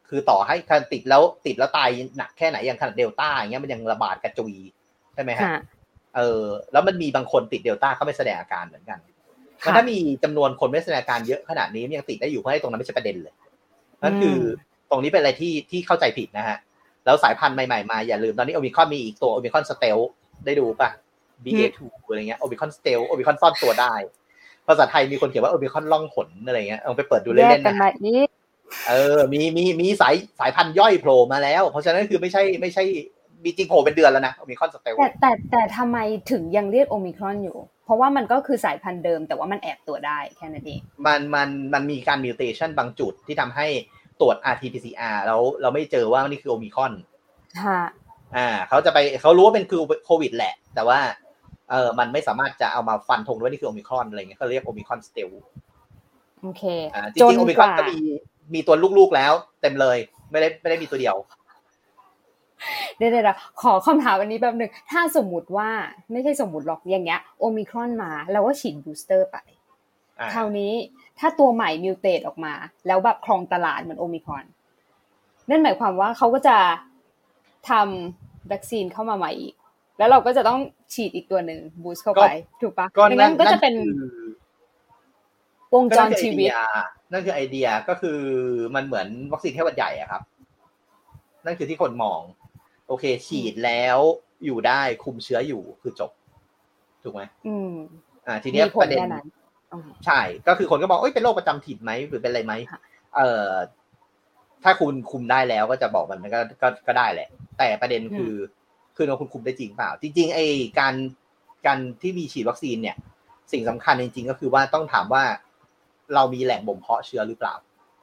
คือต่อให้การติดแล้วติดแล้วตายหนักแค่ไหนอย่างขนาดเดลต้าอย่างเงี้ยมันยังระบาดกระจุยใช่ไหมฮะเออแล้วมันมีบางคนติดเดลต้าเขาไม่แสดงอาการเหมือนกันมันถ้ามีจำนวนคนไม่แสดงอาการเยอะขนาดนี้ยังติดได้อยู่เพราะไอ้ตรงนั้นไม่ใช่ประเด็นเลยนั่นคือตรงนี้เป็นอะไรที่ที่เข้าใจผิดนะฮะแล้วสายพันธุ์ใหม่ๆมาอย่าลืมตอนนี้โอมิครอนมีอีกตัวโอมิครอนสเตลได้ดูป่ะ บี เอ ทู อะไรเงี้ยโอมิครอนสเตลโอมิครอนซ่อนตัวได้ภาษาไทยมีคนเขียนว่าโอมิครอนล่องหนอะไรเงี้ยเอาไปเปิดดูเล่นๆนะเออมีมีมีสายสายพันธุ์ย่อยโผล่มาแล้วเพราะฉะนั้นคือไม่ใช่ไม่ใช่มีจริงโผล่เป็นเดือนแล้วนะโอมิครอนสเตลแต่แต่แต่ทำไมถึงยังเรียกโอมิครอนอยู่เพราะว่ามันก็คือสายพันธุ์เดิมแต่ว่ามันแอบตัวได้แค่นั้นเองมันมันมันมีการมิวเทชันบางจุดที่ทำให้ตรวจ อาร์ ที พี ซี อาร์ แล้วเราไม่เจอว่านี่คือโอมิครอนค่ะอ่าเขาจะไปเขารู้ว่าเป็นคือโควิดแหละแต่ว่าเออมันไม่สามารถจะเอามาฟันธงว่านี่คือโอมิครอนอะไรเงี้ยเขาเรียกโอมิครอนสเตลโอเคอ่าจริงๆโอมิครอนก็มีมีตัวลูกๆแล้วเต็มเลยไม่ได้ไม่ได้มีตัวเดียวเดี๋ยวๆขอคำถามวันนี้แป๊บนึงถ้าสมมุติว่าไม่ใช่สมมุติหรอกอย่างเงี้ยโอมิครอนมาแล้วก็ฉีดบูสเตอร์ไปคราวนี้ถ้าตัวใหม่มิวเตทออกมาแล้วแบบครองตลาดเหมือนโอมิครอนนั่นหมายความว่าเขาก็จะทำวัคซีนเข้ามาใหม่อีกแล้วเราก็จะต้องฉีดอีกตัวหนึ่งบูสต์เข้าไปถูกปะงั้นก็จะเป็นวงจรชีวิตนั่นคือไอเดียก็คือมันเหมือนวัคซีนแค่หวัดใหญ่อะครับนั่นคือที่คนมองโอเคฉีดแล้วอยู่ได้คุมเชื้ออยู่คือจบถูกไหมอืมอ่าทีนี้ประเด็นใช่ก็คือคนก็บอกเอ้ยเป็นโรคประจำถิ่นไหมหรือเป็นอะไรไหมเอ่อถ้าคุณคุมได้แล้วก็จะบอกมันก็ก็ก็ได้แหละแต่ประเด็นคือคือเราคุณคุมได้จริงเปล่าจริงๆไอ้การการที่มีฉีดวัคซีนเนี่ยสิ่งสำคัญจริงๆก็คือว่าต้องถามว่าเรามีแหล่งบ่มเพาะเชื้อหรือเปล่า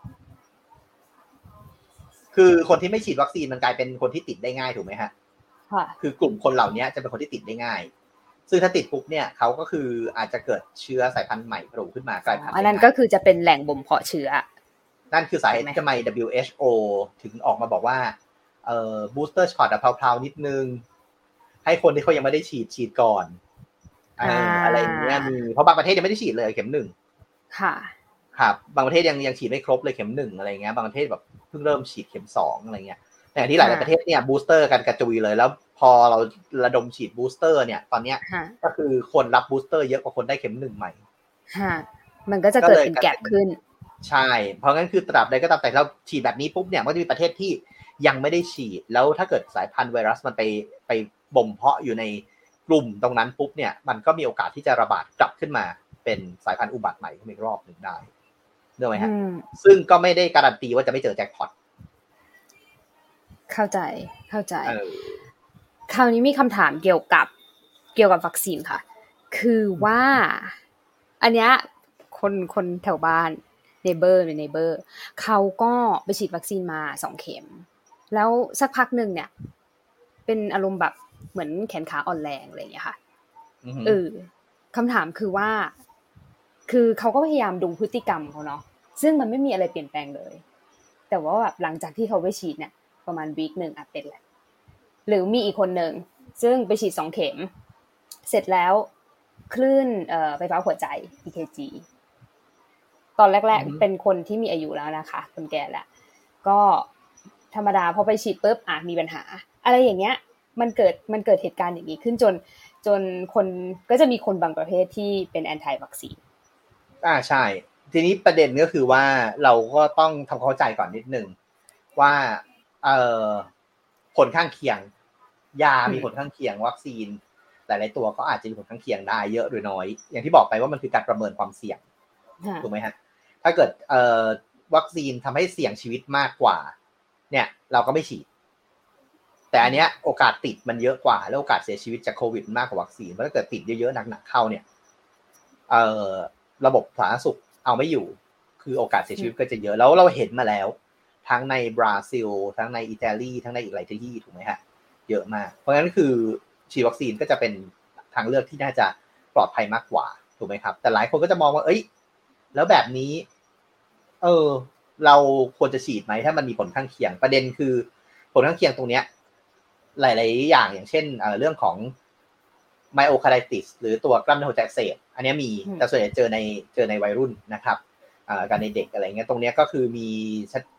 คือคนที่ไม่ฉีดวัคซีนมันกลายเป็นคนที่ติดได้ง่ายถูกไหมฮะค่ะคือกลุ่มคนเหล่านี้จะเป็นคนที่ติดได้ง่ายซึ่งถ้าติดปุ๊บเนี่ยเขาก็คืออาจจะเกิดเชื้อสายพันธุ์ใหม่โผล่ขึ้นมากลายพันธุ์อันนั้นก็คือจะเป็นแหล่งบ่มเพาะเชื้อนั่นคือสาเหตุที่ทำไม ดับเบิลยู เอช โอ ถึงออกมาบอกว่าเอ่อ booster shot อ่ะเพลาๆนิดนึงให้คนที่เขายังไม่ได้ฉีดฉีดก่อนอ่าอะไรอย่างเงี้ยมีเพราะบางประเทศยังไม่ได้ฉีดเลยเข็มหนึ่งค่ะครับบางประเทศยังยังฉีดไม่ครบเลยเข็มหนึ่งอะไรเงี้ยบางประเทศแบบเพิ่งเริ่มฉีดเข็มสองอะไรเงี้ยแต่ที่หลายประเทศเนี่ยบูสเตอร์กันกระจุยเลยแล้วพอเราระดมฉีดบูสเตอร์เนี่ยตอนเนี้ยก็คือคนรับบูสเตอร์เยอะกว่าคนได้เข็มหนึ่งใหม่ฮะมันก็จะเกิดเป็นแกปขึ้นใช่เพราะงั้นคือตราบใดก็ตามแต่เราฉีดแบบนี้ปุ๊บเนี่ยมันจะมีประเทศที่ยังไม่ได้ฉีดแล้วถ้าเกิดสายพันธุ์ไวรัสมันไปไปบ่มเพาะอยู่ในกลุ่มตรงนั้นปุ๊บเนี่ยมันก็มีโอกาสที่จะระบาดกลับขึ้นมาเป็นสายพันธุ์อุบัติใหม่ขึ้นอีกรอบหนึ่งได้เนื่องไหมฮะซึ่งก็ไม่ได้การันตีว่าจะไม่เจอแจ็คพอตเข้าใจเข้าใจคราวนี้มีคำถามเกี่ยวกับเกี่ยวกับวัคซีนค่ะคือว่าอันเนี้ยคนคนแถวบ้านเนเบอร์เป็นเนเบอร์เขาก็ไปฉีดวัคซีนมาสองเข็มแล้วสักพักหนึ่งเนี่ยเป็นอารมณ์แบบเหมือนแขนขาอ่อนแรงอะไรอย่างเงี้ยค่ะเออคำถามคือว่าคือเขาก็พยายามดูพฤติกรรมเขาเนาะซึ่งมันไม่มีอะไรเปลี่ยนแปลงเลยแต่ว่าแบบหลังจากที่เขาไปฉีดเนี่ยประมาณวีคหนึ่งอะเป็นแหละหรือมีอีกคนหนึ่งซึ่งไปฉีดสองเข็มเสร็จแล้วคลื่นเอ่อไฟฟ้าหัวใจ อี เค จี ตอนแรกๆเป็นคนที่มีอายุแล้วนะคะคนแก่แหละก็ธรรมดาพอไปฉีดปุ๊บอ่ะมีปัญหาอะไรอย่างเงี้ยมันเกิดมันเกิดเหตุการณ์อย่างนี้ขึ้นจนจนคนก็จะมีคนบางประเภทที่เป็นแอนตี้วัคซีนอ่าใช่ทีนี้ประเด็นก็คือว่าเราก็ต้องทำเข้าใจก่อนนิดนึงว่าเอ่อผลข้างเคียงยามีผลข้างเคียงวัคซีนหลายๆตัวก็อาจจะมีผลข้างเคียงได้เยอะหรือน้อยอย่างที่บอกไปว่ามันคือการประเมินความเสี่ยงถูกไหมฮะถ้าเกิดเอ่อวัคซีนทำให้เสี่ยงชีวิตมากกว่าเนี่ยเราก็ไม่ฉีดแต่อันเนี้ยโอกาสติดมันเยอะกว่าแล้วโอกาสเสียชีวิตจากโควิดมากกว่าวัคซีนเพราะถ้าเกิดติดเยอะๆหนักๆเข้าเนี่ยเอ่อระบบสาธารณสุขเอาไม่อยู่คือโอกาสเสียชีวิตก็จะเยอะแล้วเราเห็นมาแล้วทั้งในบราซิลทั้งในอิตาลีทั้งในอีกหลายที่ถูกไหมฮะเยอะมากเพราะฉะนั้นคือฉีดวัคซีนก็จะเป็นทางเลือกที่น่าจะปลอดภัยมากกว่าถูกไหมครับแต่หลายคนก็จะมองว่าเอ้ยแล้วแบบนี้เออเราควรจะฉีดไหมถ้ามันมีผลข้างเคียงประเด็นคือผลข้างเคียงตรงเนี้ยหลายๆอย่างอย่างเช่นเอ่อเรื่องของไมโอคาร์ไดติสหรือตัวกล้ามเนื้อหัวใจอักเสบอันนี้มีแต่ส่วนใหญ่เจอในเจอในวัยรุ่นนะครับอ่าการในเด็กอะไรเงี้ยตรงเนี้ยก็คือมี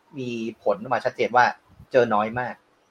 มีผลมาชัดเจนว่าเจอน้อยมาก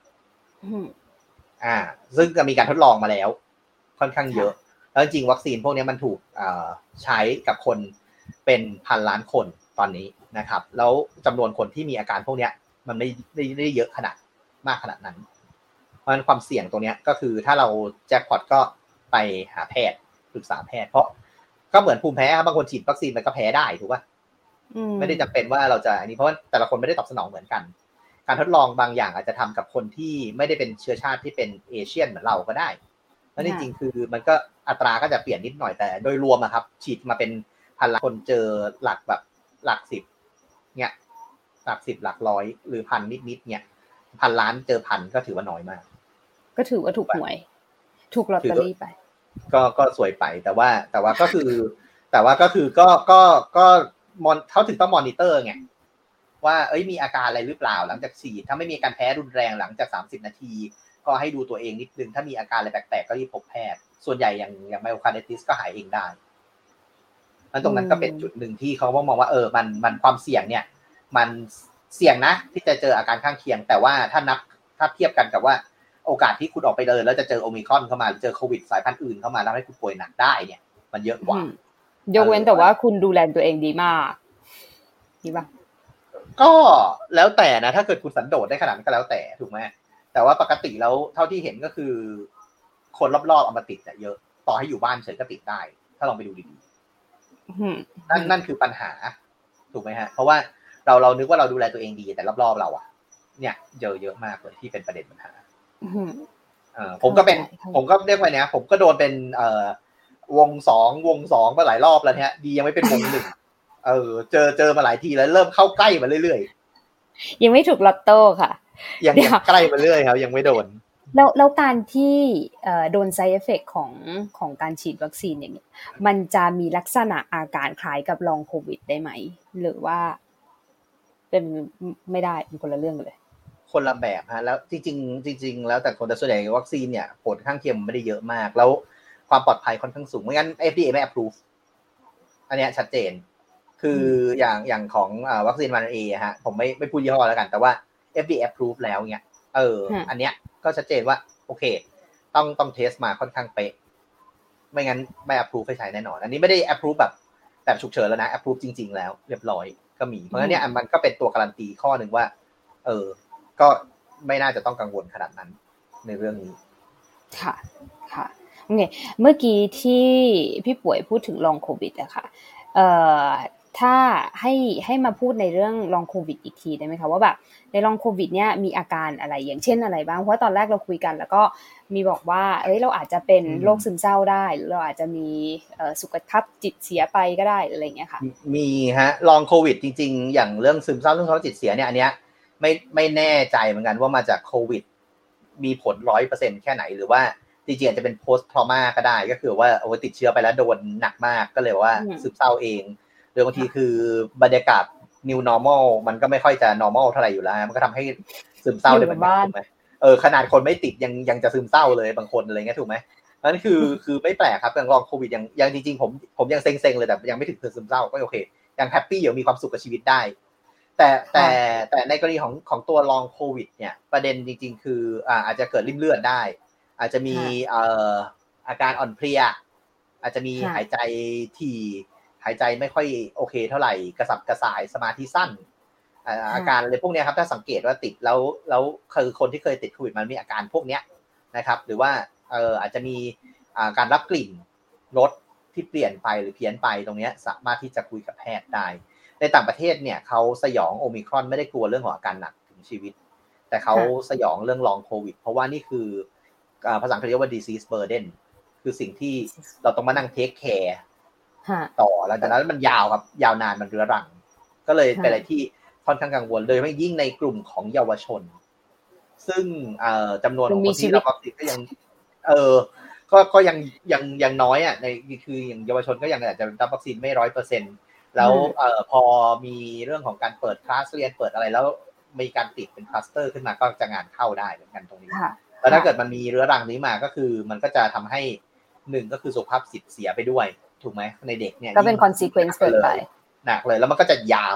อ่าซึ่งจะมีการทดลองมาแล้วค่อนข้างเยอะแล้วจริงวัคซีนพวกนี้มันถูกใช้กับคนเป็นพันล้านคนตอนนี้นะครับแล้วจำนวนคนที่มีอาการพวกนี้มันไม่ได้ได้เยอะขนาดมากขนาดนั้นเพราะฉะนั้นความเสี่ยงตรงนี้ก็คือถ้าเราแจ็คพอตก็ไปหาแพทย์ปรึกษาแพทย์เพราะก็เหมือนภูมิแพ้บางคนฉีดวัคซีนมันก็แพ้ได้ถูกป่ะไม่ได้จำเป็นว่าเราจะอันนี้เพราะว่าแต่ละคนไม่ได้ตอบสนองเหมือนกันการทดลองบางอย่างอาจจะทำกับคนที่ไม่ได้เป็นเชื้อชาติที่เป็นเอเชียนเหมือนเราก็ได้แล้วจริงๆคือมันก็อัตราก็จะเปลี่ยนนิดหน่อยแต่โดยรวมอะครับฉีดมาเป็นพันล้านคนเจอหลักแบบหลักสิบเนี่ยหลักสิบหลักร้อยหรือพันนิดๆเนี่ยพันล้านเจอพันก็ถือว่าน้อยมากก็ถือว่าถูกหวยถูกลอตเตอรี่ไปก็ก็สวยไปแต่ว่าแต่ว่าก็คือแต่ว่าก็คือก็ก็ก็มอนเขาถึงต้องมอนิเตอร์ไงว่าเอ้ยมีอาการอะไรหรือเปล่าหลังจากฉีดถ้าไม่มีอาการแพ้รุนแรงหลังจากสามสิบนาทีก็ให้ดูตัวเองนิดนึงถ้ามีอาการอะไรแปลกๆก็รีบพบแพทย์ส่วนใหญ่อย่างอย่างไมโอคาร์ดิทิสก็หายเองได้นั้นตรงนั้นก็เป็นจุดหนึ่งที่เขามองว่าเออมันมันความเสี่ยงเนี่ยมันเสี่ยงนะที่จะเจออาการข้างเคียงแต่ว่าถ้านับถ้าเทียบกันกับว่าโอกาสที่คุณออกไปเดินแล้วจะเจอโอมิครอนเข้ามาเจอโควิดสายพันธุ์อื่นเข้ามาแล้วให้คุณป่วยหนักได้เนี่ยมันเยอะกว่ายกเว้นแต่ว่าคุณดูแลตัวเองดีมากดีป่ะก็แล้วแต่นะถ้าเกิดคุณสันโดษได้ขนาดนั้นก็แล้วแต่ถูกไหมแต่ว่าปกติแล้วเท่าที่เห็นก็คือคนรอบๆเอามาติดเนี่ยเยอะต่อให้อยู่บ้านเฉยก็ติดได้ถ้าลองไปดูดีๆนั่นนั่นคือปัญหาถูกไหมฮะเพราะว่าเราเรานึกว่าเราดูแลตัวเองดีแต่รอบๆเราอะเนี่ยเยอะเยอะมากเลยที่เป็นประเด็นปัญหาเออผมก็เป็นผมก็เรียกว่าเนี่ยผมก็โดนเป็นเอ่อวงสองวงสองมาหลายรอบแล้วเนี่ยดียังไม่เป็นวงหนึ่งเออเจอเจอมาหลายทีแล้วเริ่มเข้าใกล้มาเรื่อยๆยังไม่ถูกลอตโต้ค่ะยังใกล้มาเรื่อยครับยังไม่โดนแล้วแล้วการที่เอ่อโดน side effect ของของการฉีดวัคซีนอย่างนี้มันจะมีลักษณะอาการคล้ายกับลองโควิดได้ไหมหรือว่าเป็นไม่ได้เป็นคนละเรื่องเลยคนละแบบฮะแล้วจริงๆจริงๆแล้วแต่คนแต่ส่วนใหญ่วัคซีนเนี่ยผลข้างเคียงไม่ได้เยอะมากแล้วความปลอดภัยค่อนข้างสูงไม่งั้น เอฟ ดี เอ ไม่ approve อันนี้ชัดเจนคืออย่างอย่างของอ่าวัคซีน วัน เอ ฮะผมไม่ไม่พูดยี่ห้อแล้วกันแต่ว่า เอฟ ดี เอ approve แล้วเนี่ยเอออันเนี้ยก็ชัดเจนว่าโอเคต้องต้องเทสมาค่อนข้างเป๊ะไม่งั้นไม่ approve ให้ใช้แน่นอนอันนี้ไม่ได้ approve แบบแบบฉุกเฉินแล้วนะ approve จริงๆแล้วเรียบร้อยก็มีเพราะฉะนั้นเนี่ยมันก็เป็นตัวการันตีข้อนึงว่าเออก็ไม่น่าจะต้องกังวลขนาดนั้นในเรื่องนี้ค่ะค่ะโอเคเมื่อกี้ที่พี่ป่วยพูดถึงลองโควิดอะค่ะเอ่อถ้าให้ให้มาพูดในเรื่องลองโควิดอีกทีได้ไหมคะว่าแบบในลองโควิดเนี่ยมีอาการอะไรอย่างเช่นอะไรบ้างเพราะตอนแรกเราคุยกันแล้วก็มีบอกว่าเอ้ยเราอาจจะเป็นโรคซึมเศร้าได้หรือเราอาจจะมีเอ่อสุขภาพจิตเสียไปก็ได้อะไรอย่างเงี้ยค่ะมีฮะลองโควิดจริงๆอย่างเรื่องซึมเศร้าเรื่องสุขภาพจิตเสียเนี่ยอันเนี้ยไม่ไม่แน่ใจเหมือนกันว่ามาจากโควิดมีผล ร้อยเปอร์เซ็นต์ แค่ไหนหรือว่าจริงๆอาจจะเป็น post trauma ก็ได้ก็คือว่าโอ้ติดเชื้อไปแล้วโดนหนักมากก็เลยว่าซึมเศร้าเองหรือบางทีคือบรรยากาศ new normal มันก็ไม่ค่อยจะ normal เท่าไหร่อยู่แล้วมันก็ทำให้ซึมเศร้าได้เหมือนกันถูกไหมเออขนาดคนไม่ติดยังยังจะซึมเศร้าเลยบางคนอะไรเงี้ยถูกไหมนั่นคือคือไม่แปลกครับอย่างลองโควิดยังยังจริงๆผมผมยังเซ็งๆเลยแต่ยังไม่ถึงซึมเศร้าก็โอเคยังแฮปปี้อยู่มีความสุขกับชีวิตได้แต่แต่แต่ในกรณีของของตัวลองโควิดเนี่ยประเด็นจริงๆคืออ่าอาจจะเกิดริ่มเลือดได้อาจจะมีเอ่ออาการอ่อนเพลียอาจจะมีหายใจถี่หายใจไม่ค่อยโอเคเท่าไหร่กระสับกระส่ายสมาธิสั้นอาการอะไรพวกนี้ครับถ้าสังเกตว่าติดแล้วแล้วคือคนที่เคยติดโควิดมันมีอาการพวกนี้นะครับหรือว่าเอ่ออาจจะมีการรับกลิ่นรสที่เปลี่ยนไปหรือเพี้ยนไปตรงนี้สามารถที่จะคุยกับแพทย์ได้ในต่างประเทศเนี่ยเขาสยองโอมิครอนไม่ได้กลัวเรื่องของอาการหนักถึงชีวิตแต่เขาสยองเรื่องลองโควิดเพราะว่านี่คือภาษาอังกฤษเรียกว่า disease burden คือสิ่งที่เราต้องมานั่งเทคแคร์ต่อแล้วจากนั้นมันยาวครับยาวนานมันเรื้อรังก็เลยเป็นอะไรที่ค่อนข้างกังวลเลยไม่ยิ่งในกลุ่มของเยาวชนซึ่งจำนวนของคนที่รับวัคซีนก็ยังเออก็ก็ยังยังยังน้อยอ่ะในคืออย่างเยาวชนก็ยังอาจจะรับวัคซีนไม่ร้อยเปอร์เซ็นต์แล้วเอ่อพอมีเรื่องของการเปิดคลาสเรียนเปิดอะไรแล้วมีการติดเป็นคลัสเตอร์ขึ้นมาก็จะงานเข้าได้เหมือนกันตรงนี้แล้วถ้าเกิดมันมีเรื้อรังนี้มาก็คือมันก็จะทำให้หนึ่งก็คือสุขภาพจิตเสียไปด้วยถูกไหมในเด็กเนี่ยก็เป็น consequence เกิดไปหนักเลยแล้วมันก็จะยาว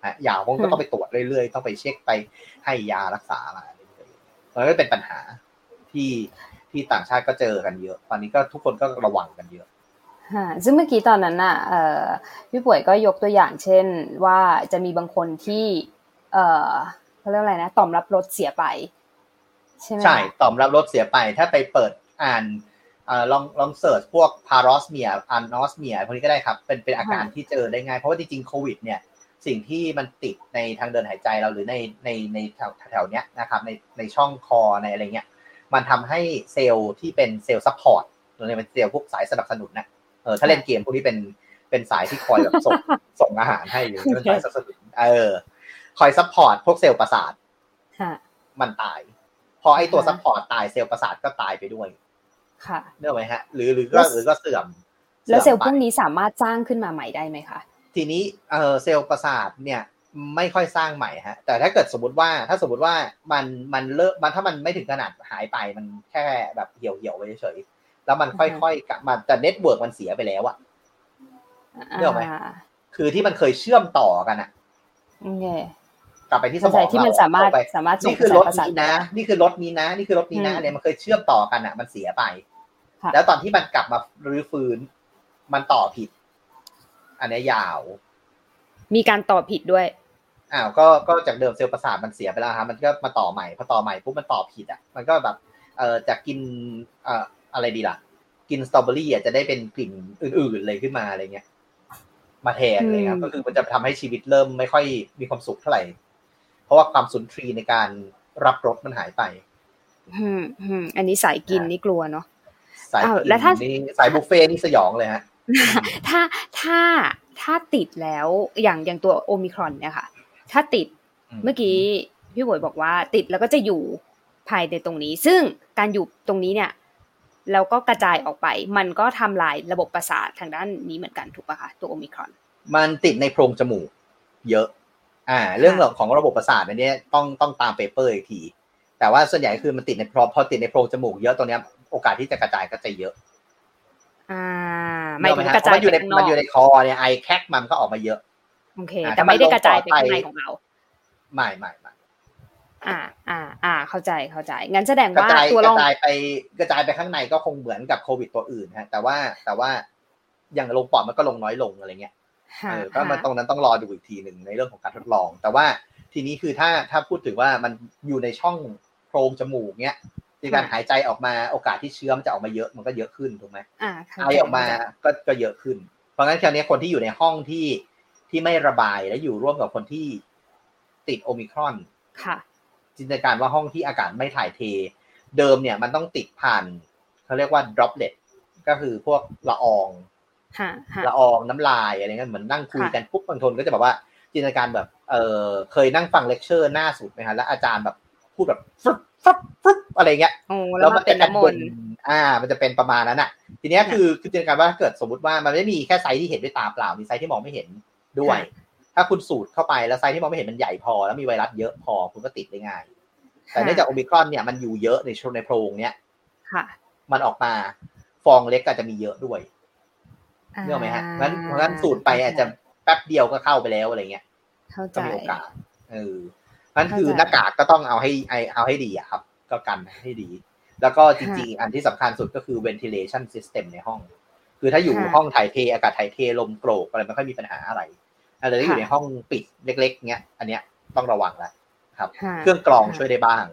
ฮะยาวก็ต้องไปตรวจเรื่อยๆต้องไปเช็คไปให้ยารักษามาเรื่อยๆมันก็เป็นปัญหาที่ที่ต่างชาติก็เจอกันเยอะตอนนี้ก็ทุกคนก็ระวังกันเยอะซึ่งเมื่อกี้ตอนนั้นน่ะพี่ป่วยก็ยกตัวอย่างเช่นว่าจะมีบางคนที่เอ่อเขาเรียกอะไรนะต่อมรับรสเสียไปใช่ไหมใช่ต่อมรับรสเสียไปถ้าไปเปิดอ่านเอ่อลองลองเสิร์ชพวกพารอสเมียอันนอสเมียพวกนี้ก็ได้ครับเป็นเป็นอาการที่เจอได้ง่ายเพราะว่าจริงๆโควิดเนี่ยสิ่งที่มันติดในทางเดินหายใจเราหรือในในในแถวแถวเนี้ยนะครับในในช่องคอในอะไรเงี้ยมันทำให้เซลล์ที่เป็นเซลล์ซัพพอร์ตหรือเป็นเซลล์พวกสายสนับสนุนนะเออถ้าเล่นเกมพวกนี้เป็นเป็นสายที่คอยแบบส่งส่งอาหารให้อยู่เป็นสายสนับสนุนเออคอยซัพพอร์ตพวกเซลล์ประสาทมันตายพอไอ้ตัวซัพพอร์ตตายเซลล์ประสาทก็ตายไปด้วยค่ะเนื่องไหมฮะหรือหรือก็หรือก็เสื่อมแล้วเซลล์พวกนี้สามารถสร้างขึ้นมาใหม่ได้ไหมคะทีนี้เออเซลล์ประสาทเนี่ยไม่ค่อยสร้างใหม่ฮะแต่ถ้าเกิดสมมติว่าถ้าสมมติว่ามันมันเลิกมันถ้ามันไม่ถึงขนาดหายไปมันแค่แบบเหี่ยวเหี่ยวไปเฉยๆแล้วมันค่อยๆกลับมาแต่เน็ตเวิร์กมันเสียไปแล้วอะเนื่องไหมคือที่มันเคยเชื่อมต่อกันอะกลับไปที่สมองที่มันสามารถสามารถนี่คือรถนี้นะนี่คือรถนี้นะนี่คือรถนี้นะอะไรมันเคยเชื่อมต่อกันอะมันเสียไปแล้วตอนที่มันกลับมารื้อฟื้นมันต่อผิดอันนี้ยาวมีการต่อผิดด้วยอ้าวก็ก็จากเดิมเซลล์ประสาทมันเสียไปแล้วครับมันก็มาต่อใหม่พอต่อใหม่ปุ๊บมันต่อผิดอ่ะมันก็แบบเอ่อจากกินเอ่ออะไรดีล่ะกินสตรอเบอรี่อ่ะจะได้เป็นกลิ่นอื่นๆเลยขึ้นมาอะไรเงี้ยมาแทนเลยครับก็คือมันจะทำให้ชีวิตเริ่มไม่ค่อยมีความสุขเท่าไหร่เพราะว่าความสุนทรีย์ในการรับรสมันหายไปอืมอืมอันนี้สายกินนี่กลัวเนาะสายกินนี่สายบุฟเฟ่นี่สยองเลยฮะถ้าถ้าถ้าติดแล้วอย่างอย่างตัวโอมิครอนเนี่ยค่ะถ้าติดเมื่อกี้พี่บวยบอกว่าติดแล้วก็จะอยู่ภายในตรงนี้ซึ่งการอยู่ตรงนี้เนี่ยแล้วก็กระจายออกไปมันก็ทำลายระบบประสาททางด้านนี้เหมือนกันถูกป่ะคะตัวโอมิครอนมันติดในโพรงจมูกเยอะอ่าเรื่องของระบบประสาทอันนี้ต้องต้องตามเปเปอร์อีกทีแต่ว่าส่วนใหญ่คือมันติดในพอพอติดในโพรงจมูกเยอะตรงนี้โอกาสที่จะกระจายก็จะเยอะอ่าไม่ถึงกระจายไปข้างนอกมันอยู่ในคอเนี่ยไอแคกมันก็ออกมาเยอะโอเคแต่ไม่ได้กระจายไปข้างในของเราไม่ไม่ไม่อ่าอ่าอ่าเข้าใจเข้าใจงั้นแสดงว่าตัวรองกระจายไปกระจายไปข้างในก็คงเหมือนกับโควิดตัวอื่นฮะแต่ว่าแต่ว่าอย่างลงปอดมันก็ลงน้อยลงอะไรเงี้ยเออก็มันตรงนั้นต้องรอดูอีกทีนึงในเรื่องของการทดลองแต่ว่าทีนี้คือถ้าถ้าพูดถึงว่ามันอยู่ในช่องโพรงจมูกเนี้ยในการหายใจออกมาโอกาสที่เชื้อมันจะออกมาเยอะมันก็เยอะขึ้นถูกไหมอ่าไอออกมาก็ก็เยอะขึ้นเพราะงั้นคราวนี้คนที่อยู่ในห้องที่ที่ไม่ระบายและอยู่ร่วมกับคนที่ติดโอมิครอนค่ะจินตนาการว่าห้องที่อากาศไม่ถ่ายเทเดิมเนี่ยมันต้องติดผ่านเขาเรียกว่า droplet ก็คือพวกละอองละอองน้ำลายอะไรเงี้ยเหมือนนั่งคุยกันปุ๊บบางคนก็จะแบบว่าจินตนาการแบบเออเคยนั่งฟังเลคเชอร์หน้าสุดไหมฮะแล้วอาจารย์แบบพูดแบบฟึ๊บฟึ๊บฟึ๊บอะไรเงี้ยแล้วมันเป็นน้ำมนต์อ่ามันจะเป็นประมาณนั้นอ่ะทีนี้คือคือจินตนาการว่าเกิดสมมติว่ามันไม่มีแค่ไซส์ที่เห็นด้วยตาเปล่ามีไซส์ที่มองไม่เห็นด้วยถ้าคุณสูดเข้าไปแล้วไซส์ที่มองไม่เห็นมันใหญ่พอแล้วมีไวรัสเยอะพอคุณก็ติดได้ง่ายแต่เนื่องจากโอมิครอนเนี่ยมันอยู่เยอะในในโพรงเนี้ยมันออกมาฟองเล็กอาจจะมีเยอะด้วยเนื่องไหมฮะงั้นเพราะงั้นสูดไปอาจจะแป๊บเดียวก็เข้าไปแล้วอะไรเงี้ยก็มีโอกาสเอองั้นคือหน้ากากก็ต้องเอาให้เอาให้ดีอะครับก็กันให้ดีแล้วก็จริงๆอันที่สำคัญสุดก็คือ ventilation system ในห้องคือถ้าอยู่ห้องถ่ายเทอากาศถ่ายเทลมโกรกอะไรไม่ค่อยมีปัญหาอะไรแต่ถ้าอยู่ในห้องปิดเล็กๆเงี้ยอันเนี้ยต้องระวังแล้วครับเครื่องกรองช่วยได้บ้าง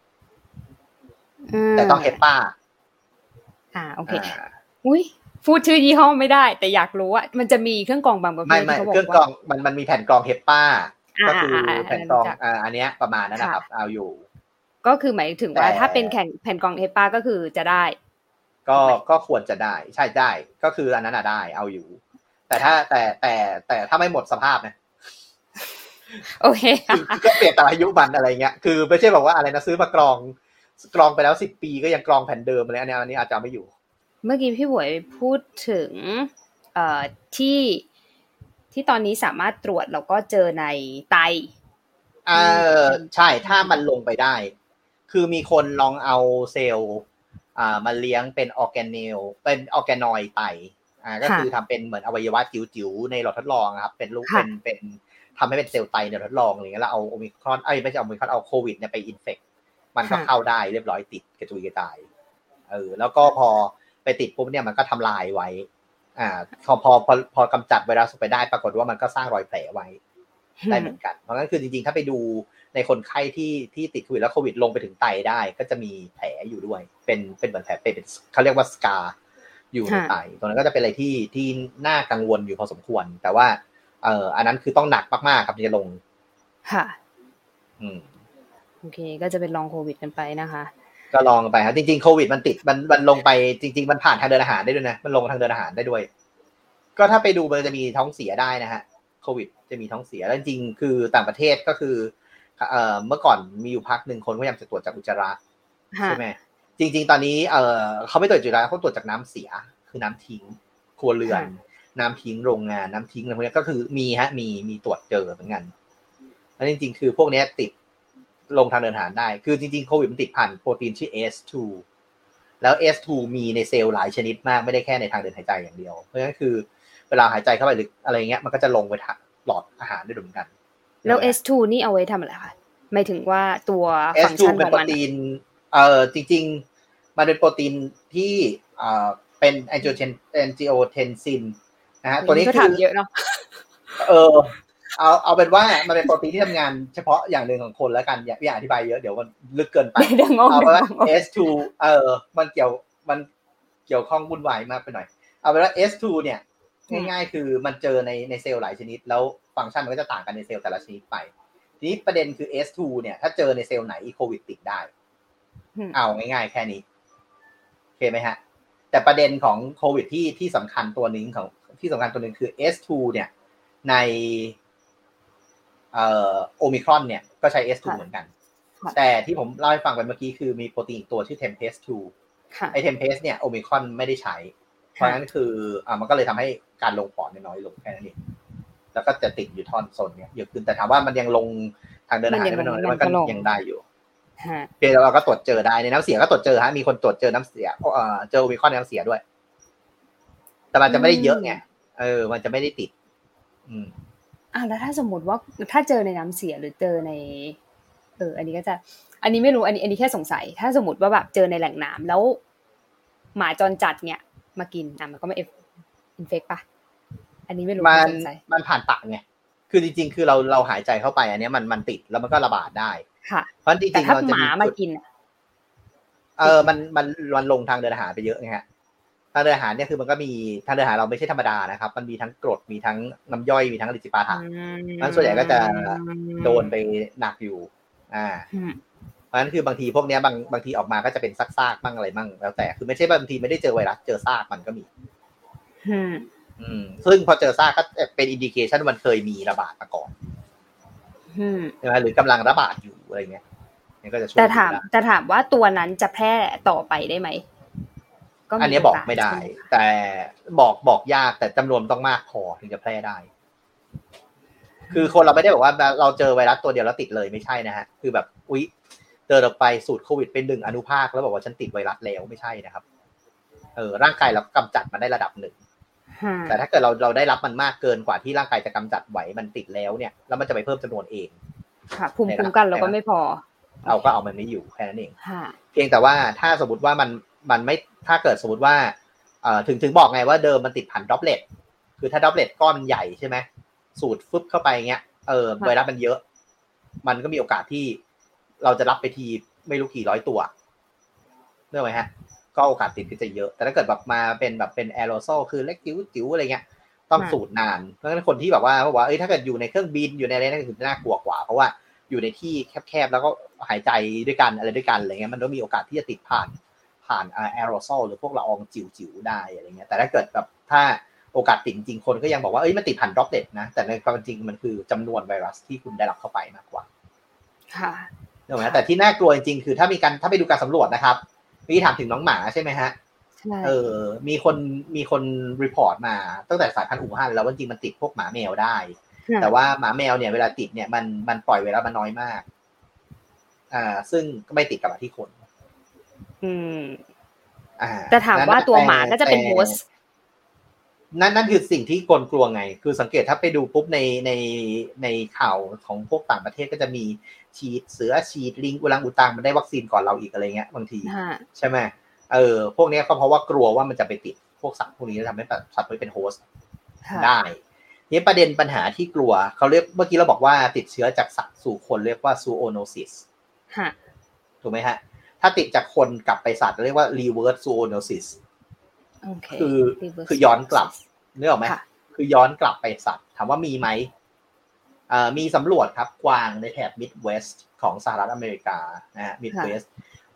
แต่ต้องเฮปป้าอ่าโอเคอุ้ยพูดชื่อยี่ห้อไม่ได้แต่อยากรู้ว่ามันจะมีเครื่องกรองบางประเภทที่เขาบอกว่าเครื่องกรองมันมันมีแผ่นกรองเฮปป้าก็คือแผ่นกรองอ่าอันเนี้ยประมาณนั้นนะครับเอาอยู่ก็คือหมายถึงว่าถ้าเป็นแผ่นแผ่นกรองเฮปป้าก็คือจะได้ก็ก็ควรจะได้ใช่ได้ก็คืออันนั้นน่ะได้เอาอยู่แต่ถ้าแต่แต่แต่ถ้าไม่หมดสภาพนะโอเคก็เปลี่ยนตามอายุมันอะไรเงี้ยคือไม่ใช่บอกว่าอะไรนะซื้อมากรองกรองไปแล้วสิบปีก็ยังกรองแผ่นเดิมอะไรอันนี้อันนี้อาจจะไม่อยู่เมื่อกี้พี่หวยพูดถึงเอ่อที่ที่ตอนนี้สามารถตรวจแล้วก็เจอในไตเออใช่ถ้ามันลงไปได้คือมีคนลองเอาเซลล์อ่ามาเลี้ยงเป็นออร์แกเนลเป็นออร์แกนอยด์ไตอ่าก็คือทำเป็นเหมือนอวัยวะจิ๋วๆในหลอดทดลองครับเป็นลูกเป็นเป็นทำให้เป็นเซลล์ไตเนี่ยทดลองอะไรเงี้ยแล้วเอาโอมิครอนเอ้ยไม่ใช่โอมิครอนเอาโควิดเนี่ยไปอินเฟคมันก็เข้าได้เรียบร้อยติดกระจุยกระจายเออแล้วก็พอไปติดปุ๊บเนี่ยมันก็ทำลายไว้อ่าพอพอพอพอกำจัดไวรัสไปได้ปรากฏว่ามันก็สร้างรอยแผลไว้ได้เหมือนกันเพราะงั้นคือจริงๆถ้าไปดูในคนไข้ที่ที่ติดโควิดแล้วโควิดลงไปถึงไตได้ก็จะมีแผลอยู่ด้วยเป็นเป็นเหมือนแผลเป็นเขาเรียกว่าสกาอยู่ในไตตรงนั้นก็จะเป็นอะไรที่ที่น่ากังวลอยู่พอสมควรแต่ว่าเอ่ออันนั้นคือต้องหนักมากๆครับที่จะลงค่ะอืมโอเคก็จะเป็นลองโควิดกันไปนะคะก็ลองไปครับจริงๆโควิดมันติดมันมันลงไปจริงๆมันผ่านทางเดินอาหารได้ด้วยนะมันลงทางเดินอาหารได้ด้วยก็ถ้าไปดูมันจะมีท้องเสียได้นะฮะโควิดจะมีท้องเสียแล้วจริงๆคือต่างประเทศก็คือเอ่อเมื่อก่อนมีอยู่พักหนึ่งคนพยายามจะตรวจจากอุจจาระใช่ไหมจริงๆตอนนี้เอ่อเขาไม่ตรวจอุจจาระเขาตรวจจากน้ำเสียคือน้ำทิ้งครัวเรือนน้ำทิ้งโรงงานน้ำทิ้งอะไรพวกนี้ก็คือมีฮะมีมีตรวจเจอเหมือนกันแล้วจริงๆคือพวกนี้ติดลงทางเดินอาหารได้คือจริงๆโควิดมันติดผ่านโปรตีนชื่อ เอ เอส ทู แล้ว เอ เอส ทู มีในเซลล์หลายชนิดมากไม่ได้แค่ในทางเดินหายใจอย่างเดียวเพราะฉะนั้นคือเวลาหายใจเข้าไปหรืออะไรเงี้ยมันก็จะลงไปหลอดอาหารได้เหมือนกันแล้ว เอ เอส ทู นี่เอาไว้ทำอะไรคะหมายถึงว่าตัวฟังก์ชันของมันเอ เอส ทู เป็นโปรตีนเอ่อจริงๆมันเป็นโปรตีนที่เอ่อเป็นแองจิโอเทนแองจิโอเทนซินนะฮะตัวนี้คือเยอะเนาะเออเอาเอาเป็นว่ามันเป็นโปรตีนที่ทำงานเฉพาะอย่างหนึ่งของคนแล้วกันอย่าพี่อธิบายเยอะเดี๋ยวมันลึกเกินไปเอาเป็นว่า เอ เอส ทู เออมันเกี่ยวมันเกี่ยวข้องวุ่นวายมากไปหน่อยเอาเป็นว่า เอ เอส ทู เนี่ยง่ายๆคือมันเจอในในเซลล์หลายชนิดแล้วฟังก์ชันมันก็จะต่างกันในเซลล์แต่ละชนิดไปทีนี้ประเด็นคือ เอ เอส ทู เนี่ยถ้าเจอในเซลล์ไหนโควิดติดได้เอาง่ายๆแค่นี้โอเคไหมฮะแต่ประเด็นของโควิดที่ที่สำคัญตัวนึงของที่สำคัญตัวนึงคือ เอ เอส ทู เนี่ยในเอ่อโอมิครอนเนี่ยก็ใช้ เอ เอส ทู เหมือนกันแต่ที่ผมเล่าให้ฟังไปเมื่อกี้คือมีโปรตีนตัวชื่อ Tempest ทู ไอ้ Tempest เนี่ยโอมิครอนไม่ได้ใช้เพราะฉะนั้นคืออ่ามันก็เลยทำให้การลงปอดน้อยลงแค่นั้นเองแล้วก็จะติดอยู่ท่อนโซนเนี่ยเยอะขึ้นแต่ถามว่ามันยังลงทางเดินอาหารได้ไม่น้อยมันก็ยังได้อยู่เพียงแต่เราก็ตรวจเจอได้ในน้ำเสียก็ตรวจเจอฮะมีคนตรวจเจอน้ำเสียเอ่อเจอโอมิครอนในน้ำเสียด้วยแต่มันจะไม่ได้เยอะไงเออมันจะไม่ได้ติดอืมอ่ะแล้วถ้าสมมติว่าถ้าเจอในน้ำเสียหรือเจอในเอออันนี้ก็จะอันนี้ไม่รู้อันนี้อันนี้แค่สงสัยถ้าสมมติว่าแบบเจอในแหล่งน้ำแล้วหมาจรจัดเนี่ยมากินอ่ะมันก็ไม่อินเฟคป่ะอันนี้ไม่รู้มันมันผ่านปากไงคือจริงๆคือเราเราหายใจเข้าไปอันนี้มันมันติดแล้วมันก็ระบาดได้ค่ะเพราะจริงๆเราจะมีหมามากินเออมันมันมันลงทางเดินอาหารไปเยอะไงฮะทางเดินอาหารเนี่ยคือมันก็มีทางเดินอาหารเราไม่ใช่ธรรมดานะครับมันมีทั้งกรดมีทั้งน้ำย่อยมีทั้งอลิซิปาถะนั้นส่วนใหญ่ก็จะโดนไปหนักอยู่อ่าเพราะฉะนั้นคือบางทีพวกนี้บางบางทีออกมาก็จะเป็นซากๆบ้างอะไรบ้างแล้วแต่คือไม่ใช่บางทีไม่ได้เจอไวรัสเจอซากมันก็มีอืมซึ่งพอเจอซากก็เป็นอินดิเคชันมันเคยมีระบาดมาก่อนใช่ไหมหรือกำลังระบาดอยู่อะไรเงี้ยนี่ก็จะช่วยแต่ถามแต่ถามว่าตัวนั้นจะแพร่ต่อไปได้ไหมอันนี้บอกไม่ได้แต่บอกบอกยากแต่จำนวนต้องมากพอถึงจะแพร่ได้คือคนเราไม่ได้บอกว่าเราเจอไวรัสตัวเดียวแล้วติดเลยไม่ใช่นะฮะคือแบบอุ๊ยเดินออกไปสูดโควิดเป็นหนึ่งอนุภาคแล้วบอกว่าฉันติดไวรัสแล้วไม่ใช่นะครับเออร่างกายเรากำจัดมันได้ระดับหนึ่งแต่ถ้าเกิดเราเราได้รับมันมากเกินกว่าที่ร่างกายจะกำจัดไหวมันติดแล้วเนี่ยแล้วมันจะไปเพิ่มจำนวนเองค่ะภูมิคุ้มกันเราก็ไม่พอเราก็เอามันไม่อยู่แค่นั้นเองเพียงแต่ว่าถ้าสมมติว่ามันมันไม่ถ้าเกิดสมมติว่าเอ่อถึงถึงบอกไงว่าเดิมมันติดผ่านดรอปเลตคือถ้าดรอปเลตก้อนมันใหญ่ใช่ไหมสูดฟึบเข้าไปเงี้ยเออไวรัสมันเยอะมันก็มีโอกาสที่เราจะรับไปทีไม่รู้กี่ร้อยตัวเรื่องไหมฮะก็โอกาสติดก็จะเยอะแต่ถ้าเกิดแบบมาเป็นแบบเป็นแอโรโซลคือเล็กจิ๋วๆอะไรเงี้ยต้องสูดนานเพราะฉะนั้นคนที่แบบว่าบอกว่าเอ้ยถ้าเกิดอยู่ในเครื่องบินอยู่ในอะไรนั่นคือน่ากลัวกว่าเพราะว่าอยู่ในที่แคบๆแล้วก็หายใจด้วยกันอะไรด้วยกันอะไรเงี้ยมันก็มีโอกาสที่จะติดผ่านผ่านแอโรโซลหรือพวกละอองจิ๋วๆได้อะไรเงี้ยแต่ถ้าเกิดแบบถ้าโอกาสติดจริงคนก็ยังบอกว่าเอ้ยมันติดผ่านดรอปเลตนะแต่ในความจริงมันคือจำนวนไวรัสที่คุณได้รับเข้าไปมากกว่าค่ะถูกไหมแต่ที่น่ากลัวจริงๆคือถ้ามีการถ้าไปดูการสำรวจนะครับพี่ถามถึงน้องหมาใช่ไหมฮะเออมีคนมีคนรีพอร์ตมาตั้งแต่สายพันธุ์อู่ฮั่นแล้วว่าจริงมันติดพวกหมาแมวได้แต่ว่าหมาแมวเนี่ยเวลาติดเนี่ยมันมันปล่อยไวรัสมันน้อยมากอ่าซึ่งก็ไม่ติดกับที่คนอืมอ่าแต่ถามว่าตัวหมาก็จะเป็นโฮสต์นั่นนั่นคือสิ่งที่คนกลัวไงคือสังเกตถ้าไปดูปุ๊บในในในข่าวของพวกต่างประเทศก็จะมีฉีดเสือฉีดลิงอุลังอุตังมันได้วัคซีนก่อนเราอีกอะไรเงี้ยบางทีใช่ไหมเออพวกนี้ก็เพราะว่ากลัวว่ามันจะไปติดพวกสัตว์พวกนี้แล้วทำให้สัตว์เป็นโฮสต์ได้นี่ประเด็นปัญหาที่กลัวเขาเรียกเมื่อกี้เราบอกว่าติดเชื้อจากสัตว์สู่คนเรียกว่าซูโอโนซิสถูกไหมฮะถ้าติดจากคนกลับไปสัตว์เรียกว่า reverse zoonosis คือคือย้อนกลับนึกออกไหมคือย้อนกลับไปสัตว์ถามว่ามีไหมมีสำรวจครับกวางในแถบ Midwest ของสหรัฐอเมริกานะฮะ Midwest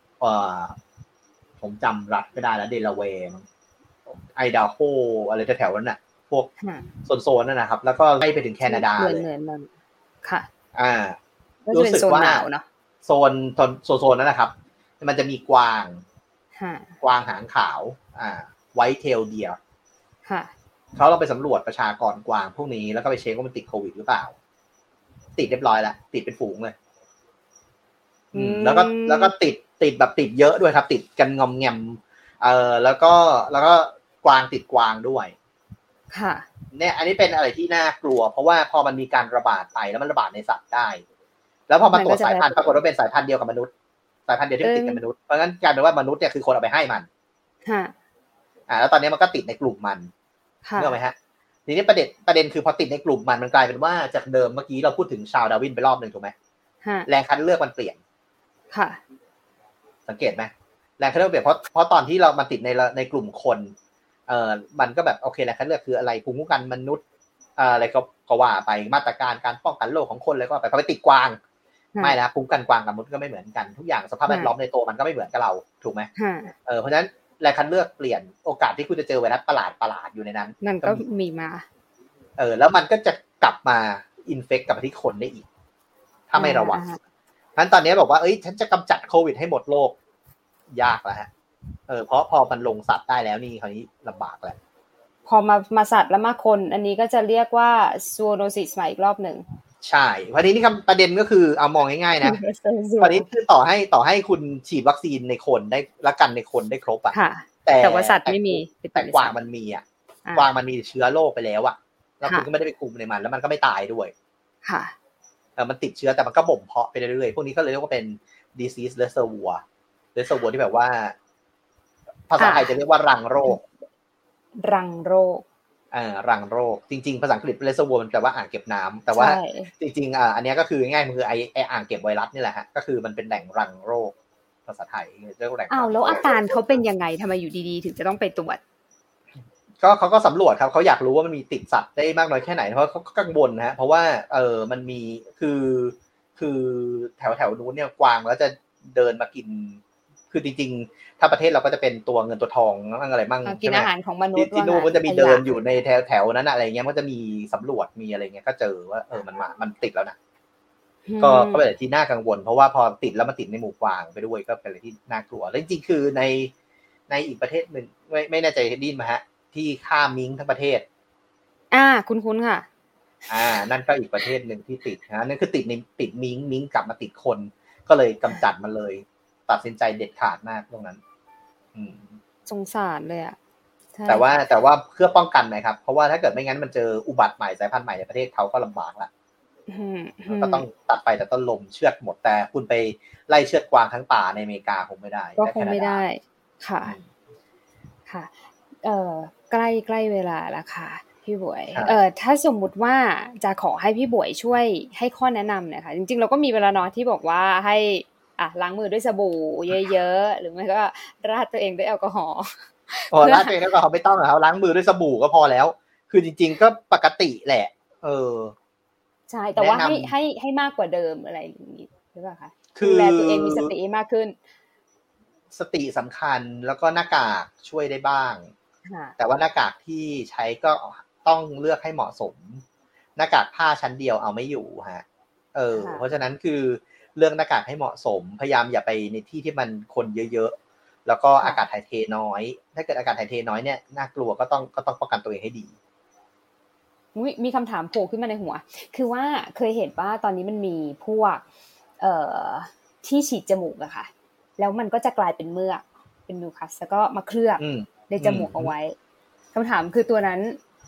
ผมจำรัฐไม่ได้แล้วเดลาแวร์ไอดาโฮอะไรแถวๆนั้นน่ะพวกโซนๆนั่นนะครับแล้วก็ไล่ไปถึงแคนาดาเลยค่ะอ่ารู้สึกว่าโซนโซนๆนั้นนะครับมันจะมีกวางกวางหางขาวอ่าไวท์เทลเดียร์เขาเราไปสำรวจประชากรกวางพวกนี้แล้วก็ไปเช็คว่ามันติดโควิดหรือเปล่าติดเรียบร้อยแล้วติดเป็นฝูงเลยอืมแล้วก็แล้วก็ติดติดแบบติดเยอะด้วยครับติดกันงอมแงมเอ่อแล้วก็แล้วก็กวางติดกวางด้วยค่ะเนี่ยอันนี้เป็นอะไรที่น่ากลัวเพราะว่าพอมันมีการระบาดไปแล้วมันระบาดในสัตว์ได้แล้วพอมาตรวจสายพันธุ์ปรากฏว่าเป็นสายพันธุ์เดียวกับมนุษย์สายพันธุ์เดียวที่ติดกับมนุษย์เพราะงั้นกลายเป็นว่ามนุษย์เนี่ยคือคนเอาไปให้มันค่ะอ่าแล้วตอนนี้มันก็ติดในกลุ่มมันเห็นไหมฮะทีนี้ประเด็นประเด็นคือพอติดในกลุ่มมันมันกลายเป็นว่าจากเดิมเมื่อกี้เราพูดถึงชาวดาร์วินไปรอบนึงถูกไหมแรงคัดเลือกมันเปลี่ยนค่ะสังเกตไหมแรงคัดเลือกเปลี่ยนเพราะเพราะตอนที่เรามาติดในในกลุ่มคนเอ่อมันก็แบบโอเคแรงคัดเลือกคืออะไรภูมิคุ้มกันมนุษย์อะไรก็ก็ว่าไปมาตรการการป้องกันโรคของคนอะไรก็ไปพอไปติดกวางไม่นะภูมิคุ้มกันกวางกับมนุษย์ก็ไม่เหมือนกันทุกอย่างสภาพแวดล้อมในตัวมันก็ไม่เหมือนกับเราถูกไหมเออเพราะฉะนั้นแรงคัดเลือกเปลี่ยนโอกาสที่คุณจะเจอไวรัสประหลาดประหลาดอยู่ในนั้นมันก็มีมาเออแล้วมันก็จะกลับมาอินเฟคกับที่คนได้อีกถ้าไม่ระวังงั้นตอนนี้บอกว่าเอ้ยฉันจะกำจัดโควิดให้หมดโลกยากแล้วฮะเออเพราะพอมันลงสัตว์ได้แล้วนี่คราวนี้ลำบากแล้วพอมามาสัตว์แล้วมาคนอันนี้ก็จะเรียกว่าซูโนซิสใหม่อีกรอบหนึ่งใช่วันนี้นี่ประเด็นก็คือเอามองง่ายๆนะวันนี้คือต่อให้ต่อให้คุณฉีดวัคซีนในคนได้ละกันในคนได้ครบอ่ะแต่แต่ว่าสัตว์ไม่มีแต่กวางมันมีอ่ะกวางมันมีเชื้อโรคไปแล้วอ่ะแล้วคุณก็ไม่ได้ไปคุมในมันแล้วมันก็ไม่ตายด้วยค่ะเออมันติดเชื้อแต่มันก็บ่มเพาะไปเรื่อยๆพวกนี้ก็เลยเรียกว่าเป็น disease reservoir reservoir ที่แบบว่าภาษาไทยจะเรียกว่ารังโรครังโรคอ่ารังโรคจริงๆภาษาอังกฤษ reservoir มันแปลว่าอ่างเก็บน้ำแต่ว่าจริงๆอ่าอันนี้ก็คือง่ายๆมันคือไอไออ่างเก็บไวรัสนี่แหละฮะก็คือมันเป็นแหล่งรังโรคภาษาไทยเรียกว่าแหล่งอ้าวแล้วอาการเขาเป็นยังไงทำไมอยู่ดีๆถึงจะต้องไปตรวจก็เขาก็สำรวจครับเขาอยากรู้ว่ามันมีติดสัตว์ได้มากน้อยแค่ไหนเพราะเขาก็กังวลนะฮะเพราะว่าเออมันมีคือคือแถวแถวนู้นเนี่ยกวางแล้วจะเดินมากินคือจริงๆถ้าประเทศเราก็จะเป็นตัวเงินตัวทองอะไรมั่งกินอาหารของมนุษย์ที่นู่นก็จะมีเดินอยู่ในแถวแถวนั้นอะไรเงี้ยมันจะมีสำรวจมีอะไรเงี้ยก็เจอว่าเออมันมามันติดแล้วนะก็ก็เป็นอะไรที่น่ากังวลเพราะว่าพอติดแล้วมันติดในหมู่กวางไปด้วยก็เป็นอะไรที่น่ากลัวแล้วจริงๆคือในในอีกประเทศหนึ่งไม่ไม่แน่ใจได้ยินไหมฮะที่ฆ่ามิงทั้งประเทศอ่าคุ้นๆค่ะอ่านั่นก็อีกประเทศหนึ่งที่ติดนะนั่นคือติดในติดมิงมิงกลับมาติดคนก็เลยกำจัดมันเลยตัดสินใจเด็ดขาดมากตรงนั้นอืมสงสารเลยอ่ะแต่ว่าแต่ว่าเพื่อป้องกันนะครับเพราะว่าถ้าเกิดไม่งั้นมันเจออุบัติใหม่สายพันธุ์ใหม่ในประเทศเขาก็ลำบากละก็ต้องตัดไปแต่ต้นลมเชือดหมดแต่คุณไปไล่เชือดกวางทั้งป่าในอเมริกาคงไม่ได้ก็คงไม่ได้ค่ะค่ะเอ่อใกล้ใกล้เวลาแล้วค่ะพี่บวยเอ่อถ้าสมมุติว่าจะขอให้พี่บวยช่วยให้ข้อแนะนำนะคะจริงๆเราก็มีเวลาน้อยที่บอกว่าให้อ่ะล้างมือด้วยสบู่เยอะๆหรือไม่ก็ราดตัวเองด้วยแอลกอฮอล์อ๋อราดตัวเองแอลกอฮอล์ไม่ต้องหรอกครับล้างมือด้วยสบู่ก็พอแล้วคือจริงๆก็ปกติแหละเออใช่แต่ว่าให้ให้ให้มากกว่าเดิมอะไรอย่างนี้หรือเปล่าคะดูแลตัวเองมีสติมากขึ้นสติสำคัญแล้วก็หน้ากากช่วยได้บ้างแต่ว่าหน้ากากที่ใช้ก็ต้องเลือกให้เหมาะสมหน้ากากผ้าชั้นเดียวเอาไม่อยู่ฮะเออเพราะฉะนั้นคือเลือกหน้ากากให้เหมาะสมพยายามอย่าไปในที่ที่มันคนเยอะๆแล้วก็อากาศถ่ายเทน้อยถ้าเกิดอากาศถ่ายเทน้อยเนี่ยน่ากลัวก็ต้องก็ต้องป้องกันตัวเองให้ดีมีคำถามโผล่ขึ้นมาในหัวคือว่าเคยเห็นว่าตอนนี้มันมีพวกเอ่อที่ฉีดจมูกอะค่ะแล้วมันก็จะกลายเป็นเมือกเป็นมิวคัสแล้วก็มาเคลือบในจมูกเอาไว้คำถามคือตัวนั้น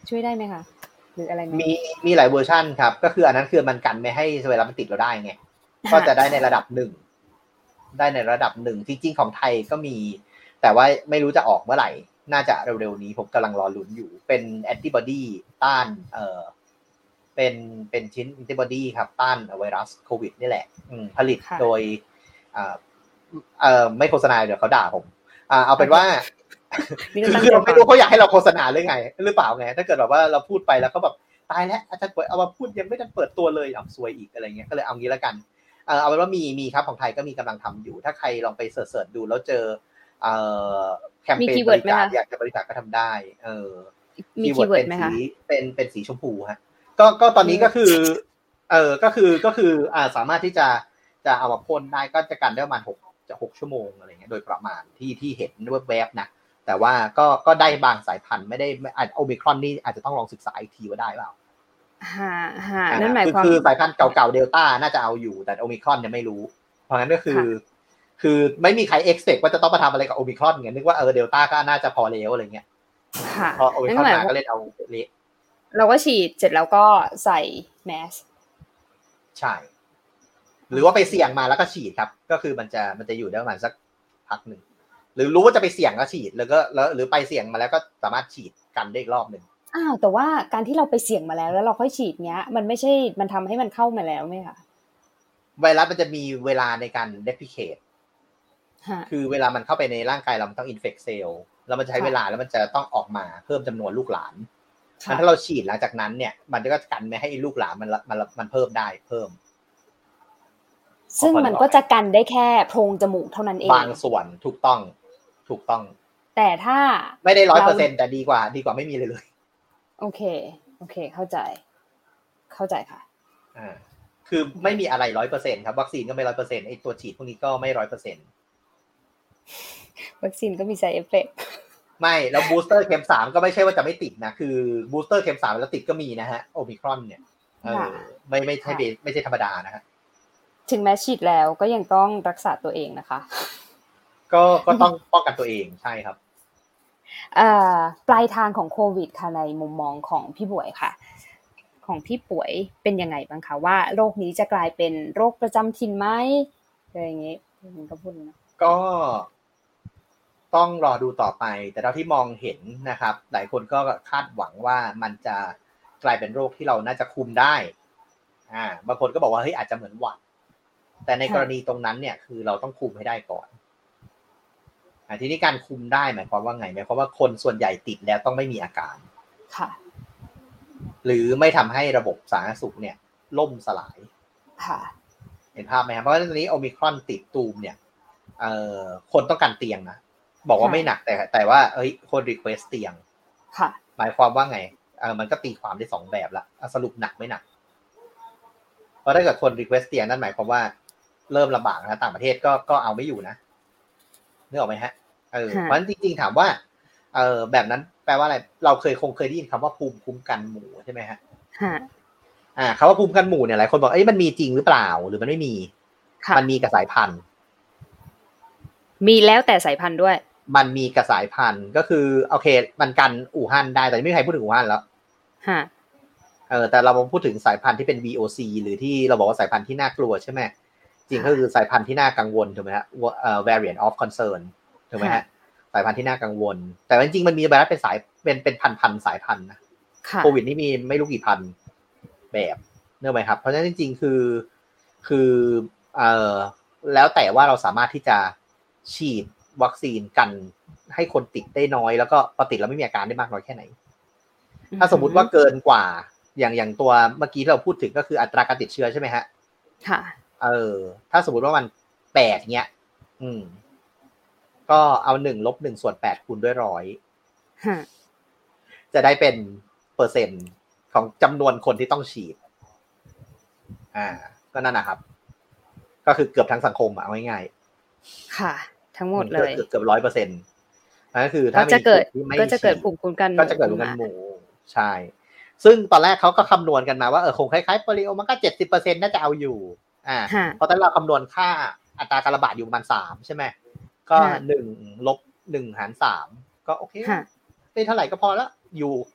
ช่วยได้ไหมคะหรืออะไรมีมีหลายเวอร์ชันครับก็คืออันนั้นคือมันกันไม่ให้ไวรัสมันติดเราได้ไงก็จะได้ในระดับหนึ่งได้ในระดับหนึ่งจริงๆของไทยก็มีแต่ว่าไม่รู้จะออกเมื่อไหร่น่าจะเร็วๆนี้ผมกำลังรอลุ้นอยู่เป็นแอนติบอดีต้านเอ่อเป็นเป็นชิ้นแอนติบอดีครับต้านไวรัสโควิดนี่แหละผลิตโดยเอ่อเอ่อไม่โฆษณาเดี๋ยวเขาด่าผมอ่าเอาเป็นว่าคือเราไม่รู้เขาอยากให้เราโฆษณาหรือไงหรือเปล่าไงถ้าเกิดแบบว่าเราพูดไปแล้วเขาแบบตายแล้วอาจารย์ป่วยเอามาพูดยังไม่ทันเปิดตัวเลยอ่ะซวยอีกอะไรเงี้ยก็เลยเอางี้แล้วกันเออเอาเป็นว่ามีมีครับของไทยก็มีกำลังทำอยู่ถ้าใครลองไปเสิร์ชๆดูแล้วเจอเอ่อแคมเปญบริจาคอยากจะบริจาคก็ทำได้เออมีคีย์เวิร์ดไหมคะเป็นเป็นสีชมพูฮะก็ก็ตอนนี้ก็คือเออก็คือก็คืออ่าสามารถที่จะจะเอามาพ่นได้ก็จะกันได้ประมาณหกจะหกชั่วโมงอะไรเงี้ยโดยประมาณที่ที่เห็นแวบๆนะแต่ว่าก็ก็ได้บางสายพันธุ์ไม่ได้อาจโอมิครอนนี่อาจจะต้องลองศึกษาอีกทีว่าได้เปล่าฮะฮะนั่นหมายความคือสายพันธุ์เก่าๆเดลต้าน่าจะเอาอยู่แต่โอมิครอนเนี่ยไม่รู้เพราะงั้นก็คือคือไม่มีใครเอ็กซ์เซปว่าจะต้องมาทำอะไรกับโอมิครอนไงนึกว่าเออเดลต้าก็น่าจะพอแล้วอะไรเงี้ยค่ะพอโอมิครอนมาก็เล่นเอาเละเราก็ฉีดเสร็จแล้วก็ใส่แมสใช่หรือว่าไปเสี่ยงมาแล้วก็ฉีดครับก็คือมันจะมันจะอยู่ได้ประมาณสักพักหนึ่งหรือรู้ว่าจะไปเสี่ยงก็ฉีดแล้วก็แล้วหรือไปเสี่ยงมาแล้วก็สามารถฉีดกันได้อีกรอบนึงอ้าวแต่ว่าการที่เราไปเสี่ยงมาแล้วแล้วเราค่อยฉีดเนี้ยมันไม่ใช่มันทำให้มันเข้ามาแล้วไหมคะไวรัสมันจะมีเวลาในการเรปลิเคทคือเวลามันเข้าไปในร่างกายเรามันต้องอินเฟคเซลล์แล้วมันจะใช้เวลาแล้วมันจะต้องออกมาเพิ่มจำนวนลูกหลานถ้าเราฉีดหลังจากนั้นเนี่ยมันก็กันไม่ให้ลูกหลานมันมันมันเพิ่มได้เพิ่มซึ่งมันก็จะกันได้แค่โพรงจมูกเท่านั้นเองบางส่วนถูกต้องถูกต้องแต่ถ้าไม่ได้ ร้อยเปอร์เซ็นต์ แต่ดีกว่าดีกว่าไม่มีเลยเลยโอเคโอเคเข้าใจเข้าใจค่ะอ่าคือไม่มีอะไร ร้อยเปอร์เซ็นต์ ครับวัคซีนก็ไม่ ร้อยเปอร์เซ็นต์ ไอ้ตัวฉีดพวกนี้ก็ไม่ ร้อยเปอร์เซ็นต์วัคซีนก็มี side effect ไม่แล้วบูสเตอร์เข็มสามก็ไม่ใช่ว่าจะไม่ติดนะคือบูสเตอร์เข็มสามแล้วติดก็มีนะฮะโอมิครอนเนี่ยเออไม่ไม่ใช่ไม่ใช่ธรรมดานะฮะถึงแม้ฉีดแล้วก็ยังต้องรักษาตัวเองนะคะก็ก็ต้องป้องกันตัวเองใช่ครับเอ่อปลายทางของโควิดค่ะในมุมมองของพี่บวยค่ะของพี่ป่วยเป็นยังไงบ้างคะว่าโรคนี้จะกลายเป็นโรคประจำถิ่นไหมอะไรอย่างงี้มันก็พูดนะก็ต้องรอดูต่อไปแต่เท่าที่มองเห็นนะครับหลายคนก็คาดหวังว่ามันจะกลายเป็นโรคที่เราน่าจะคุมได้อ่าบางคนก็บอกว่าเฮ้ยอาจจะเหมือนหวัดแต่ในกรณีตรงนั้นเนี่ยคือเราต้องคุมให้ได้ก่อนอ่าทีนี้การคุมได้หมายความว่าไงหมายความว่าคนส่วนใหญ่ติดแล้วต้องไม่มีอาการค่ะหรือไม่ทำให้ระบบสาธารณสุขเนี่ยล่มสลายค่ะเห็นภาพไหมครับเพราะว่าตอนนี้โอมิครอนติดตูมเนี่ยเอ่อคนต้องการเตียงนะบอกว่าไม่หนักแต่แต่ว่าเอ้ยคนรีเควสเตียงค่ะหมายความว่าไงเออมันก็ตีความได้สองแบบละสรุปหนักไม่หนักเพราะถ้าเกิดคนรีเควสเตียงนั่นหมายความว่าเริ่มลำบากนะต่างประเทศก็ก็เอาไม่อยู่นะนึกออกไหมฮะเออเพราะฉะนั้นจริงๆถามว่าเออแบบนั้นแปลว่าอะไรเราเคยคงเคยได้ยินคำว่าภูมิคุ้มกันหมู่ใช่ไหมฮะอ่าคำว่าภูมิคุ้มกันหมู่เนี่ยหลายคนบอกเอ้ยมันมีจริงหรือเปล่าหรือมันไม่มีมันมีกับสายพันธุ์มีแล้วแต่สายพันธุ์ด้วยมันมีกับสายพันธุ์ก็คือโอเคมันกันอู่ฮั่นได้แต่ไม่มีใครพูดถึงอู่ฮั่นแล้วฮะเออแต่เราพูดถึงสายพันธุ์ที่เป็น วี โอ ซี หรือที่เราบอกว่าสายพันธุ์ที่น่ากลัวใช่ไหมจริงก็คือสายพันธุ์ที่น่ากังวลถูกไหมฮะเอ่อ variant of concern ถูกไหมฮะสายพันธุ์ที่น่ากังวลแต่จริงๆมันมีไวรัสเป็นสายเป็นเป็นพันๆสายพันธุ์นะโควิดนี่มีไม่รู้กี่พันแบบเนอะไหมครับเพราะฉะนั้นจริงๆคือคือเอ่อแล้วแต่ว่าเราสามารถที่จะฉีดวัคซีนกันให้คนติดได้น้อยแล้วก็พอติดแล้วไม่มีอาการได้มากน้อยแค่ไหนถ้าสมมุติว่าเกินกว่าอย่างอย่างตัวเมื่อกี้เราพูดถึงก็คืออัตราการติดเชื้อใช่ไหมฮะค่ะเออถ้าสมมุติว่ามันแปดเงี้ยอืมก็เอาหนึ่งลบหนึ่งส่วนแปดคูณด้วยร้อยจะได้เป็นเปอร์เซ็นต์ของจำนวนคนที่ต้องฉีดอ่าก็นั่นนะครับก็คือเกือบทั้งสังคมอ่ะง่ายๆค่ะทั้งหมดเลยเกือบเกือบร้อยเปอร์เซ็นต์นั่นก็คือถ้ามีก็จะเกิดภูมิคุ้มกันก็จะเกิดภูมิคุ้มกันหมู่ใช่ซึ่งตอนแรกเขาก็คำนวณกันมาว่าเออคงคล้ายๆโปลิโอมันก็ เจ็ดสิบเปอร์เซ็นต์ น่าจะเอาอยู่อ่าเพราะตอนเราคำนวณค่าอัตราการระบาดอยู่ประมาณสามใช่ไหมก็หนึ่งลบหนึ่งหารสามก็โอเคได้เท่าไหร่ก็พอแล้วอยู่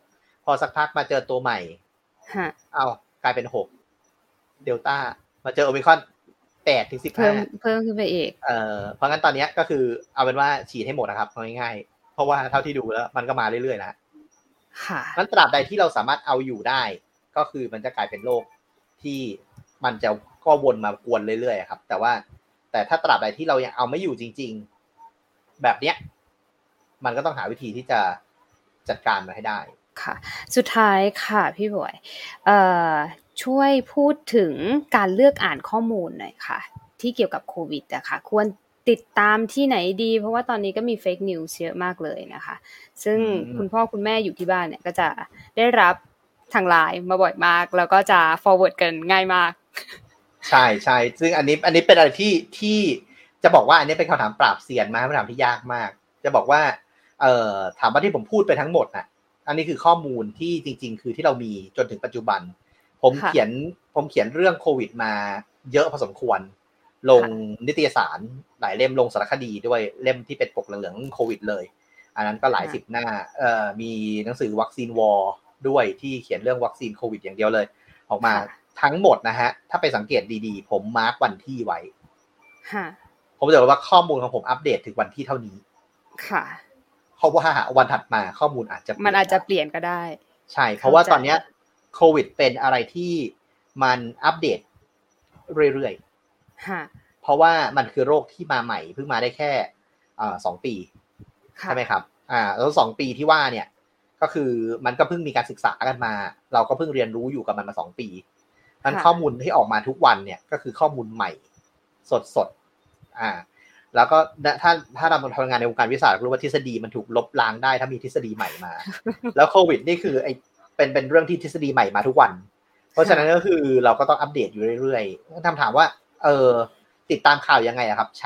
พอสักพักมาเจอตัวใหม่ฮะเอากลายเป็นหกเดลต้ามาเจอโอมิครอนแปดถึงสิบห้าเพิ่มเพิ่มขึ้นไปอีกเอ่อเพราะงั้นตอนนี้ก็คือเอาเป็นว่าฉีดให้หมดนะครับง่ายๆเพราะว่าเท่าที่ดูแล้วมันก็มาเรื่อยๆนะค่ะงั้นตราบใดที่เราสามารถเอาอยู่ได้ก็คือมันจะกลายเป็นโรคที่มันจะก็วนมากวนเรื่อยๆครับแต่ว่าแต่ถ้าตราบใดที่เรายังเอาไม่อยู่จริงๆแบบเนี้ยมันก็ต้องหาวิธีที่จะจัดการมันให้ได้ค่ะสุดท้ายค่ะพี่บอยเอ่อช่วยพูดถึงการเลือกอ่านข้อมูลหน่อยค่ะที่เกี่ยวกับโควิดอะค่ะควรติดตามที่ไหนดีเพราะว่าตอนนี้ก็มีเฟกนิวส์เยอะมากเลยนะคะซึ่งคุณพ่อคุณแม่อยู่ที่บ้านเนี่ยก็จะได้รับทางไลน์มาบ่อยมากแล้วก็จะ forward กันง่ายมากใช่ใช่ซึ่งอันนี้อันนี้เป็นอะไรที่ที่จะบอกว่าอันนี้เป็นคำถามปราบเซียนมากคำถามที่ยากมากจะบอกว่าเอ่อถามว่าที่ผมพูดไปทั้งหมดน่ะอันนี้คือข้อมูลที่จริงๆคือที่เรามีจนถึงปัจจุบันผมเขียนผมเขียนเรื่องโควิดมาเยอะพอสมควรลงนิตยสารหลายเล่มลงสารคดีด้วยเล่มที่เป็นปกเหลืองๆโควิดเลยอันนั้นก็หลายสิบหน้าเอ่อมีหนังสือวัคซีนวอร์ด้วยที่เขียนเรื่องวัคซีนโควิดอย่างเดียวเลยออกมาทั้งหมดนะฮะถ้าไปสังเกตดีๆผมมาร์ควันที่ไว้ผมจะบอกว่าข้อมูลของผมอัปเดตถึงวันที่เท่านี้ค่ะเพราะว่าวันถัดมาข้อมูลอาจจะมันอาจจะเปลี่ยนก็ได้ใช่เพราะว่าตอนนี้โควิดเป็นอะไรที่มันอัปเดตเรื่อยๆเพราะว่ามันคือโรคที่มาใหม่เพิ่งมาได้แค่อ่าสองปีใช่ไหมครับอ่าแล้วสองปีที่ว่าเนี่ยก็คือมันก็เพิ่งมีการศึกษากันมาเราก็เพิ่งเรียนรู้อยู่กับมันมาสองปีนั้นข้อมูลที่ออกมาทุกวันเนี่ยก็คือข้อมูลใหม่สดๆอ่าแล้วก็ถ้าถ้าเราทำงานในวงการวิทยาศาสตร์รู้ว่าทฤษฎีมันถูกลบล้างได้ถ้ามีทฤษฎีใหม่มาแล้วโควิดนี่คือไอเป็นเป็นเรื่องที่ทฤษฎีใหม่มาทุกวันเพราะฉะนั้นก็คือเราก็ต้องอัปเดตอยู่เรื่อยๆคำถามว่าเออติดตามข่าวยังไงอะครับใช้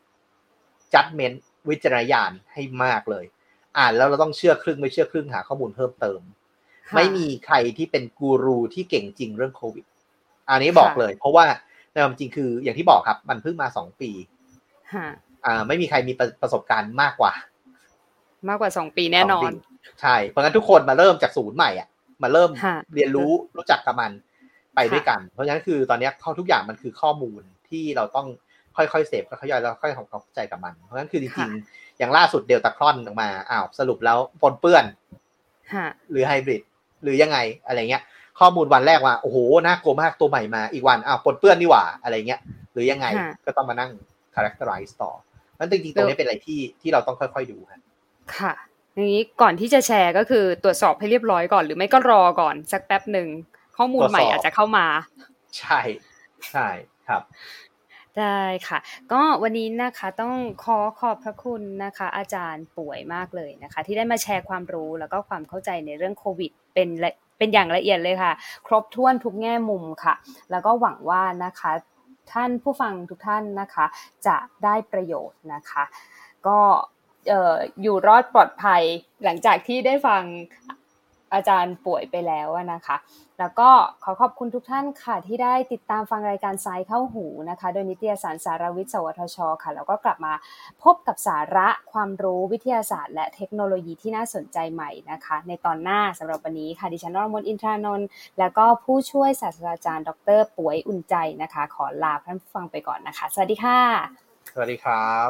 judgment วิจารณญาณให้มากเลยอ่านแล้วเราต้องเชื่อครึ่งไม่เชื่อครึ่งหาข้อมูลเพิ่มเติมไม่มีใครที่เป็นกูรูที่เก่งจริงเรื่องโควิดอันนี้บอกเลยเพราะว่าในความจริงคืออย่างที่บอกครับมันเพิ่งมาสองปีอ่าไม่มีใครมีประสบการณ์มากกว่ามากกว่าสองปีแน่นอนใช่เพราะงั้นทุกคนมาเริ่มจากศูนย์ใหม่อ่ะมาเริ่มเรียนรู้รู้จักกับมันไปด้วยกันเพราะฉะนั้นคือตอนนี้ข้อทุกอย่างมันคือข้อมูลที่เราต้องค่อยๆเสพค่อยๆย่อยแล้วค่อยๆทำความเข้าใจกับมันเพราะฉะนั้นคือจริงๆอย่างล่าสุดเดลต้าครอนออกมาอ้าวสรุปแล้วปนเปื้อนหรือไฮบริดหรือยังไงอะไรเงี้ยข้อมูลวันแรกว่าโอ้โหน่ากลัวมากตัวใหม่มาอีกวันอ้าวปนเปื้อนนี่หว่าอะไรเงี้ยหรือยังไงก็ต้องมานั่ง characterize ต่อนั้นจริงๆตรงนี้เป็นอะไรที่ที่เราต้องค่อยๆดูครับค่ะอย่างนี้ก่อนที่จะแชร์ก็คือตรวจสอบให้เรียบร้อยก่อนหรือไม่ก็รอก่อนสักแป๊บนึงข้อมูลใหม่อาจจะเข้ามาใช่ใช่ครับได้ค่ะก็วันนี้นะคะต้องขอขอบพระคุณนะคะอาจารย์ป่วยมากเลยนะคะที่ได้มาแชร์ความรู้แล้วก็ความเข้าใจในเรื่องโควิดเป็นเป็นอย่างละเอียดเลยค่ะครบถ้วนทุกแง่มุมค่ะแล้วก็หวังว่านะคะท่านผู้ฟังทุกท่านนะคะจะได้ประโยชน์นะคะก็เอ่ออยู่รอดปลอดภัยหลังจากที่ได้ฟังอาจารย์ป่วยไปแล้วนะคะแล้วก็ขอขอบคุณทุกท่านค่ะที่ได้ติดตามฟังรายการสายเข้าหูนะคะโดยนิตยสารสารวิทย์สวทช.ค่ะแล้วก็กลับมาพบกับสาระความรู้วิทยาศาสตร์และเทคโนโลยีที่น่าสนใจใหม่นะคะในตอนหน้าสำหรับวันนี้ค่ะดิฉันนรมนอินทรานนท์แล้วก็ผู้ช่วยศาสตราจารย์ดร.ป่วยอุ่นใจนะคะขอลาท่านผู้ฟังไปก่อนนะคะสวัสดีค่ะสวัสดีครับ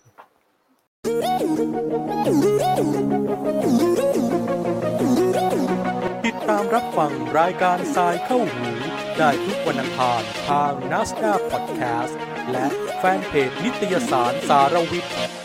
ติดตามรับฟังรายการสายเข้าหูได้ทุกวันอังคารทาง นัสดา Podcast และแฟนเพจนิตยสารสารวิทย์